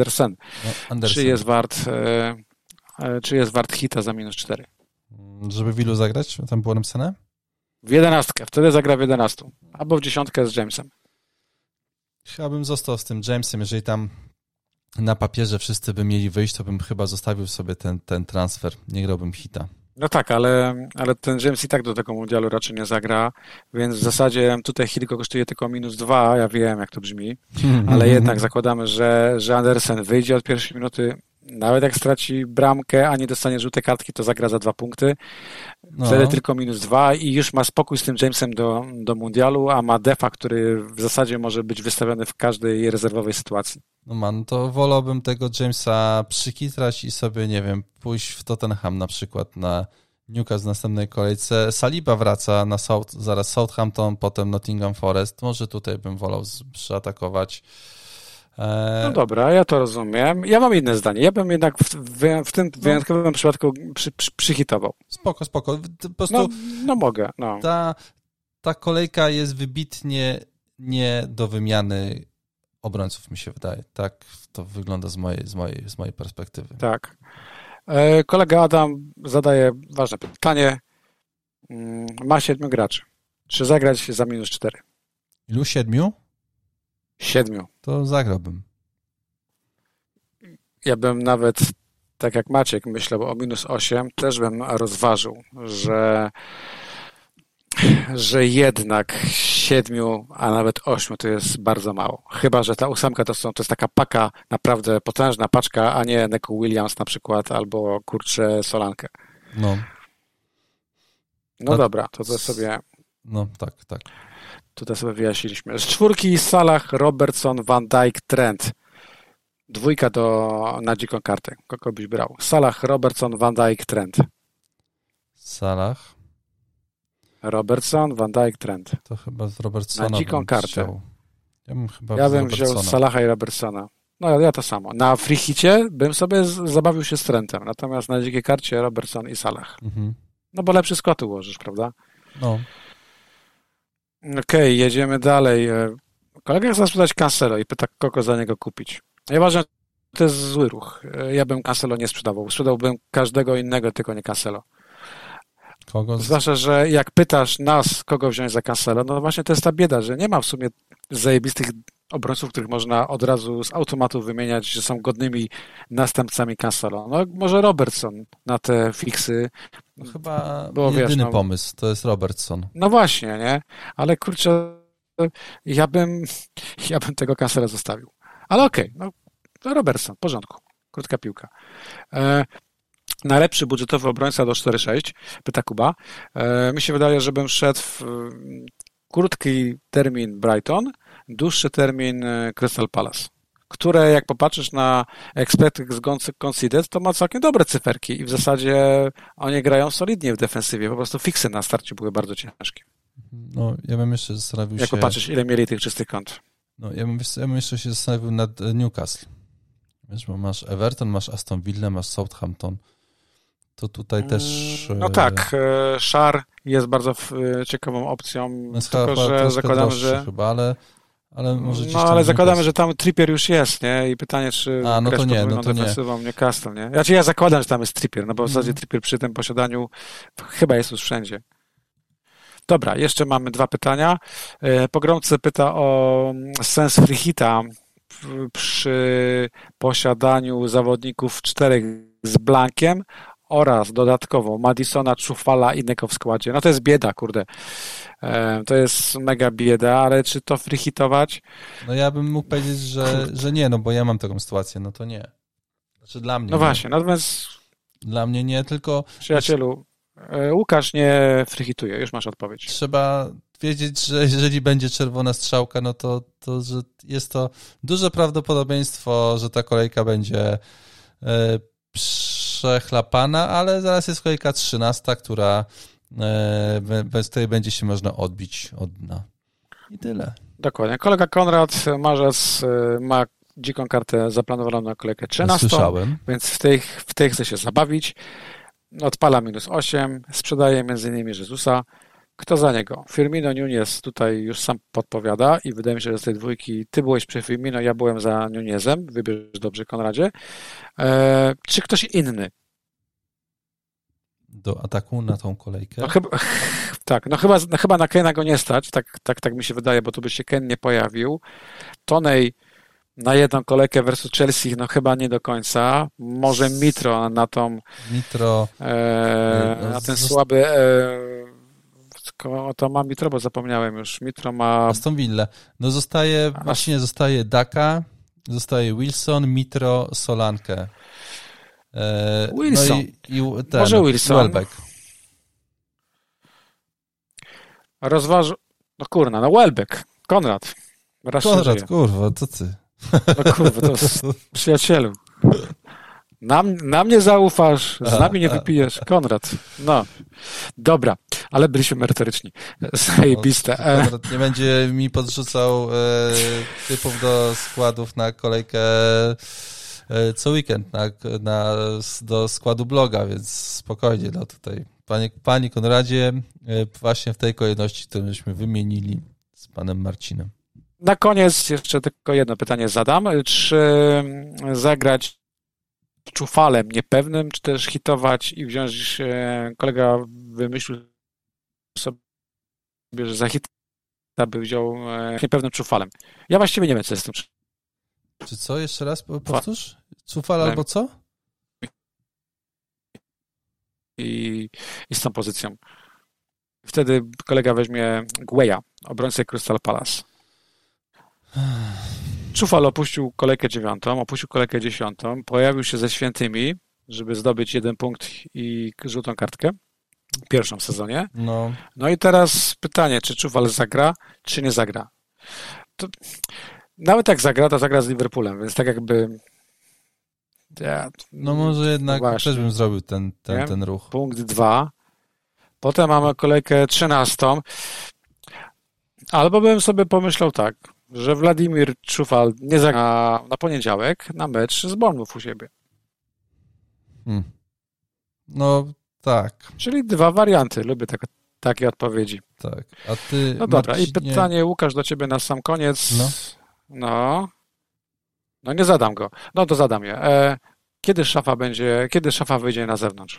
Speaker 2: Czy jest wart hita za -4?
Speaker 1: Żeby w ilu zagrać? Tam było napisane?
Speaker 2: W 11. Wtedy zagra w 11. Albo w 10 z Jamesem.
Speaker 1: Chyba bym został z tym Jamesem. Jeżeli tam na papierze wszyscy by mieli wyjść, to bym chyba zostawił sobie ten transfer. Nie grałbym hita.
Speaker 2: No tak, ale ten James i tak do tego mundialu raczej nie zagra, więc w zasadzie tutaj hit kosztuje tylko -2, ja wiem jak to brzmi, ale jednak zakładamy, że Andersen wyjdzie od pierwszej minuty, Nawet jak straci bramkę, a nie dostanie żółtej kartki, to zagra za 2 punkty. Wtedy tylko -2 i już ma spokój z tym Jamesem do mundialu, a ma Defa, który w zasadzie może być wystawiony w każdej rezerwowej sytuacji.
Speaker 1: No to wolałbym tego Jamesa przykitrać i sobie, nie wiem, pójść w Tottenham na przykład na Newcastle w następnej kolejce. Saliba wraca na zaraz Southampton, potem Nottingham Forest. Może tutaj bym wolał przeatakować.
Speaker 2: No dobra, ja to rozumiem. Ja mam inne zdanie. Ja bym jednak w tym wyjątkowym przypadku przyhitował.
Speaker 1: Spoko. Po prostu
Speaker 2: mogę. No.
Speaker 1: Ta kolejka jest wybitnie nie do wymiany obrońców, mi się wydaje. Tak to wygląda z mojej perspektywy.
Speaker 2: Tak. Kolega Adam zadaje ważne pytanie. Ma 7 graczy. Czy zagrać za -4?
Speaker 1: Ilu? 7?
Speaker 2: 7.
Speaker 1: To zagrałbym.
Speaker 2: Ja bym nawet, tak jak Maciek myślał o -8, też bym rozważył, że jednak 7, a nawet 8 to jest bardzo mało. Chyba że ta 8 to jest taka paka, naprawdę potężna paczka, a nie Neco Williams na przykład, albo kurczę Solankę. No dobra, to sobie...
Speaker 1: No tak.
Speaker 2: Tutaj sobie wyjaśniliśmy. Z 4 Salah, Robertson, Van Dijk, Trent. 2 na dziką kartę. Kogo byś brał? Salah, Robertson, Van Dijk, Trent.
Speaker 1: Salah.
Speaker 2: Robertson, Van Dijk, Trent.
Speaker 1: To chyba z Robertsona.
Speaker 2: Na dziką kartę.
Speaker 1: Ja
Speaker 2: bym wziął Salaha i Robertsona. No ja to samo. Na freehicie bym sobie zabawił się z Trentem. Natomiast na dzikiej karcie Robertson i Salah.
Speaker 1: Mhm.
Speaker 2: No bo lepszy skład ułożysz, prawda?
Speaker 1: No.
Speaker 2: Okej, jedziemy dalej. Kolega chce sprzedać Cancelo i pyta, kogo za niego kupić. Ja uważam, że to jest zły ruch. Ja bym Cancelo nie sprzedawał. Sprzedałbym każdego innego, tylko nie Cancelo. Zwłaszcza, że jak pytasz nas, kogo wziąć za Cancelo, no właśnie to jest ta bieda, że nie ma w sumie zajebistych obrońców, których można od razu z automatu wymieniać, że są godnymi następcami Cancelo. No może Robertson na te fiksy.
Speaker 1: No, chyba jedyny pomysł to jest Robertson.
Speaker 2: No właśnie, nie? Ale kurczę, ja bym tego Cancela zostawił. Ale okej, Robertson, w porządku. Krótka piłka. Najlepszy budżetowy obrońca do 4,6, pyta Kuba. Mi się wydaje, że bym szedł w krótki termin Brighton, dłuższy termin Crystal Palace, które jak popatrzysz na expected conceded, to ma całkiem dobre cyferki i w zasadzie oni grają solidnie w defensywie. Po prostu fiksy na starcie były bardzo ciężkie.
Speaker 1: No, ja bym jeszcze zastanowił się...
Speaker 2: Jak popatrzysz, ile mieli tych czystych kąt.
Speaker 1: No, ja bym jeszcze się zastanowił nad Newcastle. Wiesz, bo masz Everton, masz Aston Villa, masz Southampton. To tutaj też...
Speaker 2: No tak, Szar jest bardzo ciekawą opcją, tylko że zakładamy, że...
Speaker 1: Chyba, ale może gdzieś
Speaker 2: ale zakładamy, że tam Trippier już jest, nie? I pytanie, czy
Speaker 1: no to nie,
Speaker 2: defensywą Newcastle, nie? Znaczy ja zakładam, że tam jest Trippier, no bo w zasadzie Trippier przy tym posiadaniu chyba jest już wszędzie. Dobra, jeszcze mamy 2 pytania. Pogromcy pyta o sens free hita przy posiadaniu zawodników 4 z blankiem oraz dodatkowo Madisona, Czufala i Neko w składzie. No to jest bieda, kurde. To jest mega bieda, ale czy to free hitować?
Speaker 1: No ja bym mógł powiedzieć, że nie, no bo ja mam taką sytuację, no to nie. Znaczy dla mnie
Speaker 2: No właśnie, natomiast...
Speaker 1: Dla mnie nie, tylko...
Speaker 2: Przyjacielu, Łukasz nie free hituje, już masz odpowiedź.
Speaker 1: Trzeba wiedzieć, że jeżeli będzie czerwona strzałka, no to że jest to duże prawdopodobieństwo, że ta kolejka będzie przechlapana, ale zaraz jest kolejka 13, bez której będzie się można odbić od dna. I tyle.
Speaker 2: Dokładnie. Kolega Konrad Marzec ma dziką kartę zaplanowaną na kolejkę 13,
Speaker 1: słyszałem.
Speaker 2: Więc w tej chce się zabawić. Odpala -8, sprzedaje m.in. Jezusa. Kto za niego? Firmino, Nunez tutaj już sam podpowiada i wydaje mi się, że z tej dwójki ty byłeś przy Firmino, ja byłem za Nunezem. Wybierz dobrze, Konradzie. Czy ktoś inny?
Speaker 1: Do ataku na tą kolejkę?
Speaker 2: No, chyba na Kane'a go nie stać, tak mi się wydaje, bo tu by się Kane nie pojawił. Tonej na jedną kolejkę versus Chelsea, no chyba nie do końca. Może Mitro na tą...
Speaker 1: Mitro...
Speaker 2: na ten słaby... to ma Mitro, bo zapomniałem już. Mitro ma...
Speaker 1: Aston Villa. No zostaje Daka, Zostaje Wilson, Mitro, Solankę.
Speaker 2: Wilson.
Speaker 1: No i ten,
Speaker 2: Może Wilson.
Speaker 1: Welbeck.
Speaker 2: No kurna, no Welbeck. Konrad.
Speaker 1: Konrad, kurwa, co ty?
Speaker 2: No kurwa, to przyjacielu. Nam nie zaufasz, z nami nie wypijesz. Konrad. No. Dobra, ale byliśmy merytoryczni. Zajebiste.
Speaker 1: Konrad nie będzie mi podrzucał typów do składów na kolejkę co weekend do składu bloga, więc spokojnie, no tutaj. Panie Konradzie, właśnie w tej kolejności, którą żeśmy wymienili z panem Marcinem.
Speaker 2: Na koniec jeszcze tylko jedno pytanie zadam. Czy zagrać czufalem niepewnym, czy też hitować i wziąć, kolega wymyślił sobie, że za hita by wziął niepewnym czufalem. Ja właściwie nie wiem, co jest z tym.
Speaker 1: Czy co? Jeszcze raz powtórz? Czufal albo co?
Speaker 2: I z tą pozycją. Wtedy kolega weźmie Gueya, obrońcę Crystal Palace. Czufal opuścił kolejkę 9, opuścił kolejkę 10, pojawił się ze świętymi, żeby zdobyć 1 punkt i żółtą kartkę w pierwszym sezonie. No i teraz pytanie, czy Czufal zagra, czy nie zagra. To, nawet jak zagra, to zagra z Liverpoolem, więc tak jakby...
Speaker 1: No może jednak też bym zrobił ten ruch.
Speaker 2: Punkt 2. Potem mamy kolejkę 13. Albo bym sobie pomyślał tak, że Władimir Czufal nie zagra na poniedziałek na mecz z Bournemouth u siebie.
Speaker 1: No tak.
Speaker 2: Czyli 2 warianty. Lubię takie odpowiedzi.
Speaker 1: Tak. A ty,
Speaker 2: no dobra,
Speaker 1: Marcinie...
Speaker 2: i pytanie, Łukasz, do ciebie na sam koniec. No nie zadam go. No to zadam je. Kiedy szafa wyjdzie na zewnątrz?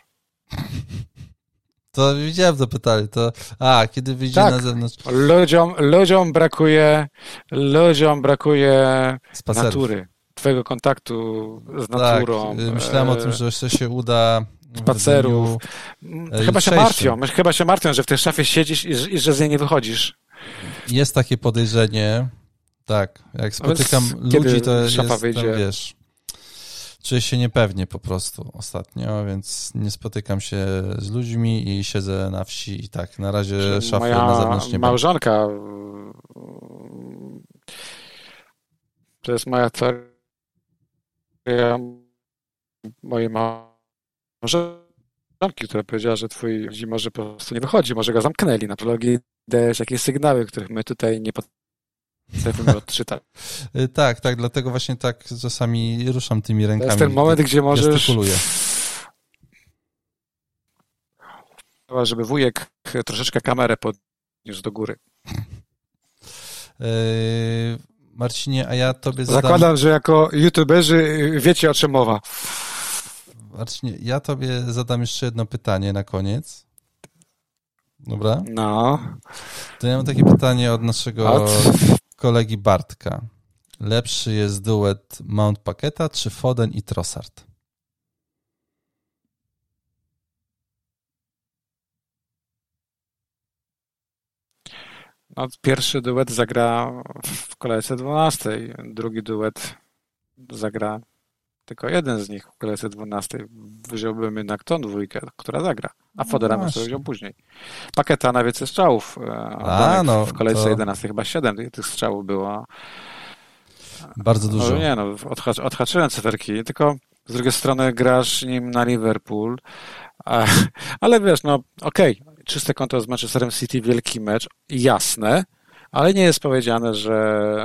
Speaker 1: To widziałem to pytanie. Kiedy wyjdzie na zewnątrz?
Speaker 2: Ludziom brakuje
Speaker 1: spacerów.
Speaker 2: Natury, twojego kontaktu z naturą.
Speaker 1: Tak, myślałem o tym, że jeszcze się uda
Speaker 2: spacerów. Chyba się martwią, że w tej szafie siedzisz i że z niej nie wychodzisz.
Speaker 1: Jest takie podejrzenie. Tak, jak spotykam ludzi, to
Speaker 2: szafa wyjdzie?
Speaker 1: Tam, wiesz, czuję się niepewnie po prostu ostatnio, więc nie spotykam się z ludźmi i siedzę na wsi i tak, na razie szafy na zewnątrz nie
Speaker 2: małżonka, to jest moja teoria mojej małżonki, która powiedziała, że twój może po prostu nie wychodzi, może go zamknęli. Na prologii dajesz jakieś sygnały, których my tutaj nie potrafimy odczytać.
Speaker 1: Tak, dlatego właśnie tak czasami ruszam tymi rękami.
Speaker 2: To jest ten moment, gdzie możesz...
Speaker 1: Gestykuluję.
Speaker 2: Żeby wujek troszeczkę kamerę podniósł do góry.
Speaker 1: Marcinie, a ja tobie zadam...
Speaker 2: Zakładam, że jako youtuberzy wiecie, o czym mowa.
Speaker 1: Marcinie, ja tobie zadam jeszcze jedno pytanie na koniec. Dobra?
Speaker 2: No.
Speaker 1: To ja mam takie pytanie od naszego kolegi Bartka. Lepszy jest duet Mount Paqueta czy Foden i Trossard?
Speaker 2: No, pierwszy duet zagra w kolejce 12, drugi duet zagra tylko jeden z nich w kolejce 12. Wziąłbym jednak tą dwójkę, która zagra, a Fodera sobie wziął później. Paqueta na więcej strzałów, w kolejce 11 chyba 7 tych strzałów było.
Speaker 1: Bardzo dużo.
Speaker 2: Odhaczyłem cyferki, tylko z drugiej strony grasz nim na Liverpool, ale wiesz, czyste konto z Manchesterem City, wielki mecz, jasne, ale nie jest powiedziane, że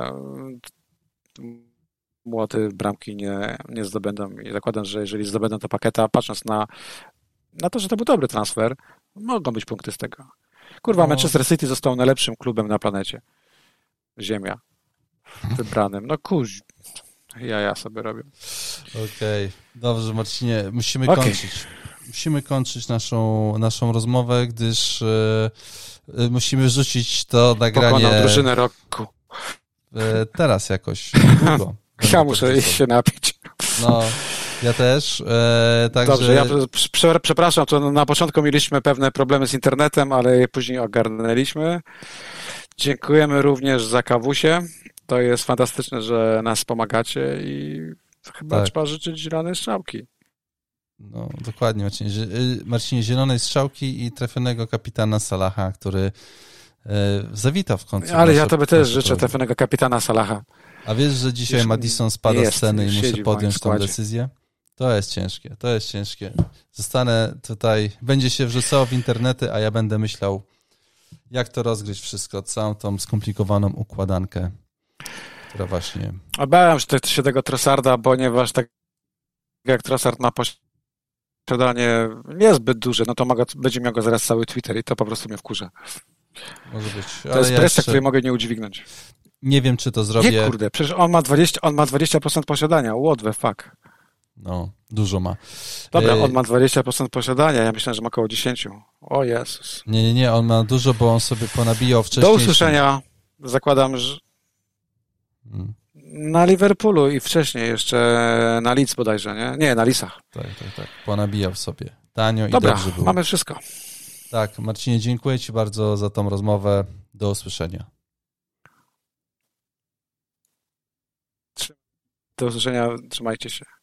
Speaker 2: młody bramki nie zdobędą i zakładam, że jeżeli zdobędą to Paqueta, patrząc na to, że to był dobry transfer, mogą być punkty z tego. Manchester City został najlepszym klubem na planecie. Ziemia. Wybranym. Ja sobie robię.
Speaker 1: Okej. Dobrze, Marcinie, musimy kończyć. Musimy kończyć naszą rozmowę, gdyż musimy rzucić to nagranie...
Speaker 2: Pokonał drużynę roku.
Speaker 1: Teraz jakoś. Długo.
Speaker 2: Ja muszę iść się napić.
Speaker 1: No, ja też. Także...
Speaker 2: Dobrze, ja przepraszam, to na początku mieliśmy pewne problemy z internetem, ale je później ogarnęliśmy. Dziękujemy również za kawusie. To jest fantastyczne, że nas pomagacie i chyba
Speaker 1: Tak.
Speaker 2: trzeba życzyć zielonej strzałki.
Speaker 1: No, dokładnie, Marcinie, zielonej strzałki i trafionego kapitana Salaha, który zawitał w końcu.
Speaker 2: Ale ja tobie też życzę trafionego kapitana Salaha.
Speaker 1: A wiesz, że dzisiaj Madison spada z sceny i muszę podjąć tą decyzję? To jest ciężkie. Zostanę tutaj, będzie się wrzucało w internety, a ja będę myślał, jak to rozgryźć wszystko, całą tą skomplikowaną układankę, która właśnie...
Speaker 2: Obawiam się tego Trossarda, ponieważ tak jak Trossard ma posiadanie niezbyt duże, no to będzie miał go zaraz cały Twitter i to po prostu mnie wkurza.
Speaker 1: Może być.
Speaker 2: To jest presja, której mogę nie udźwignąć.
Speaker 1: Nie wiem, czy to zrobię.
Speaker 2: Nie, kurde, przecież on ma 20% posiadania. What the fuck?
Speaker 1: No, dużo ma.
Speaker 2: Dobra, on ma 20% posiadania, ja myślałem, że ma około 10. O Jezus.
Speaker 1: Nie, on ma dużo, bo on sobie ponabijał wcześniej.
Speaker 2: Do usłyszenia, zakładam, że na Liverpoolu i wcześniej jeszcze na Leeds bodajże, nie? Nie, na Leedsach.
Speaker 1: Tak. Ponabijał sobie. Tanio
Speaker 2: Dobra,
Speaker 1: i dobrze było.
Speaker 2: mamy wszystko.
Speaker 1: Tak, Marcinie, dziękuję Ci bardzo za tą rozmowę. Do usłyszenia.
Speaker 2: Do usłyszenia, trzymajcie się.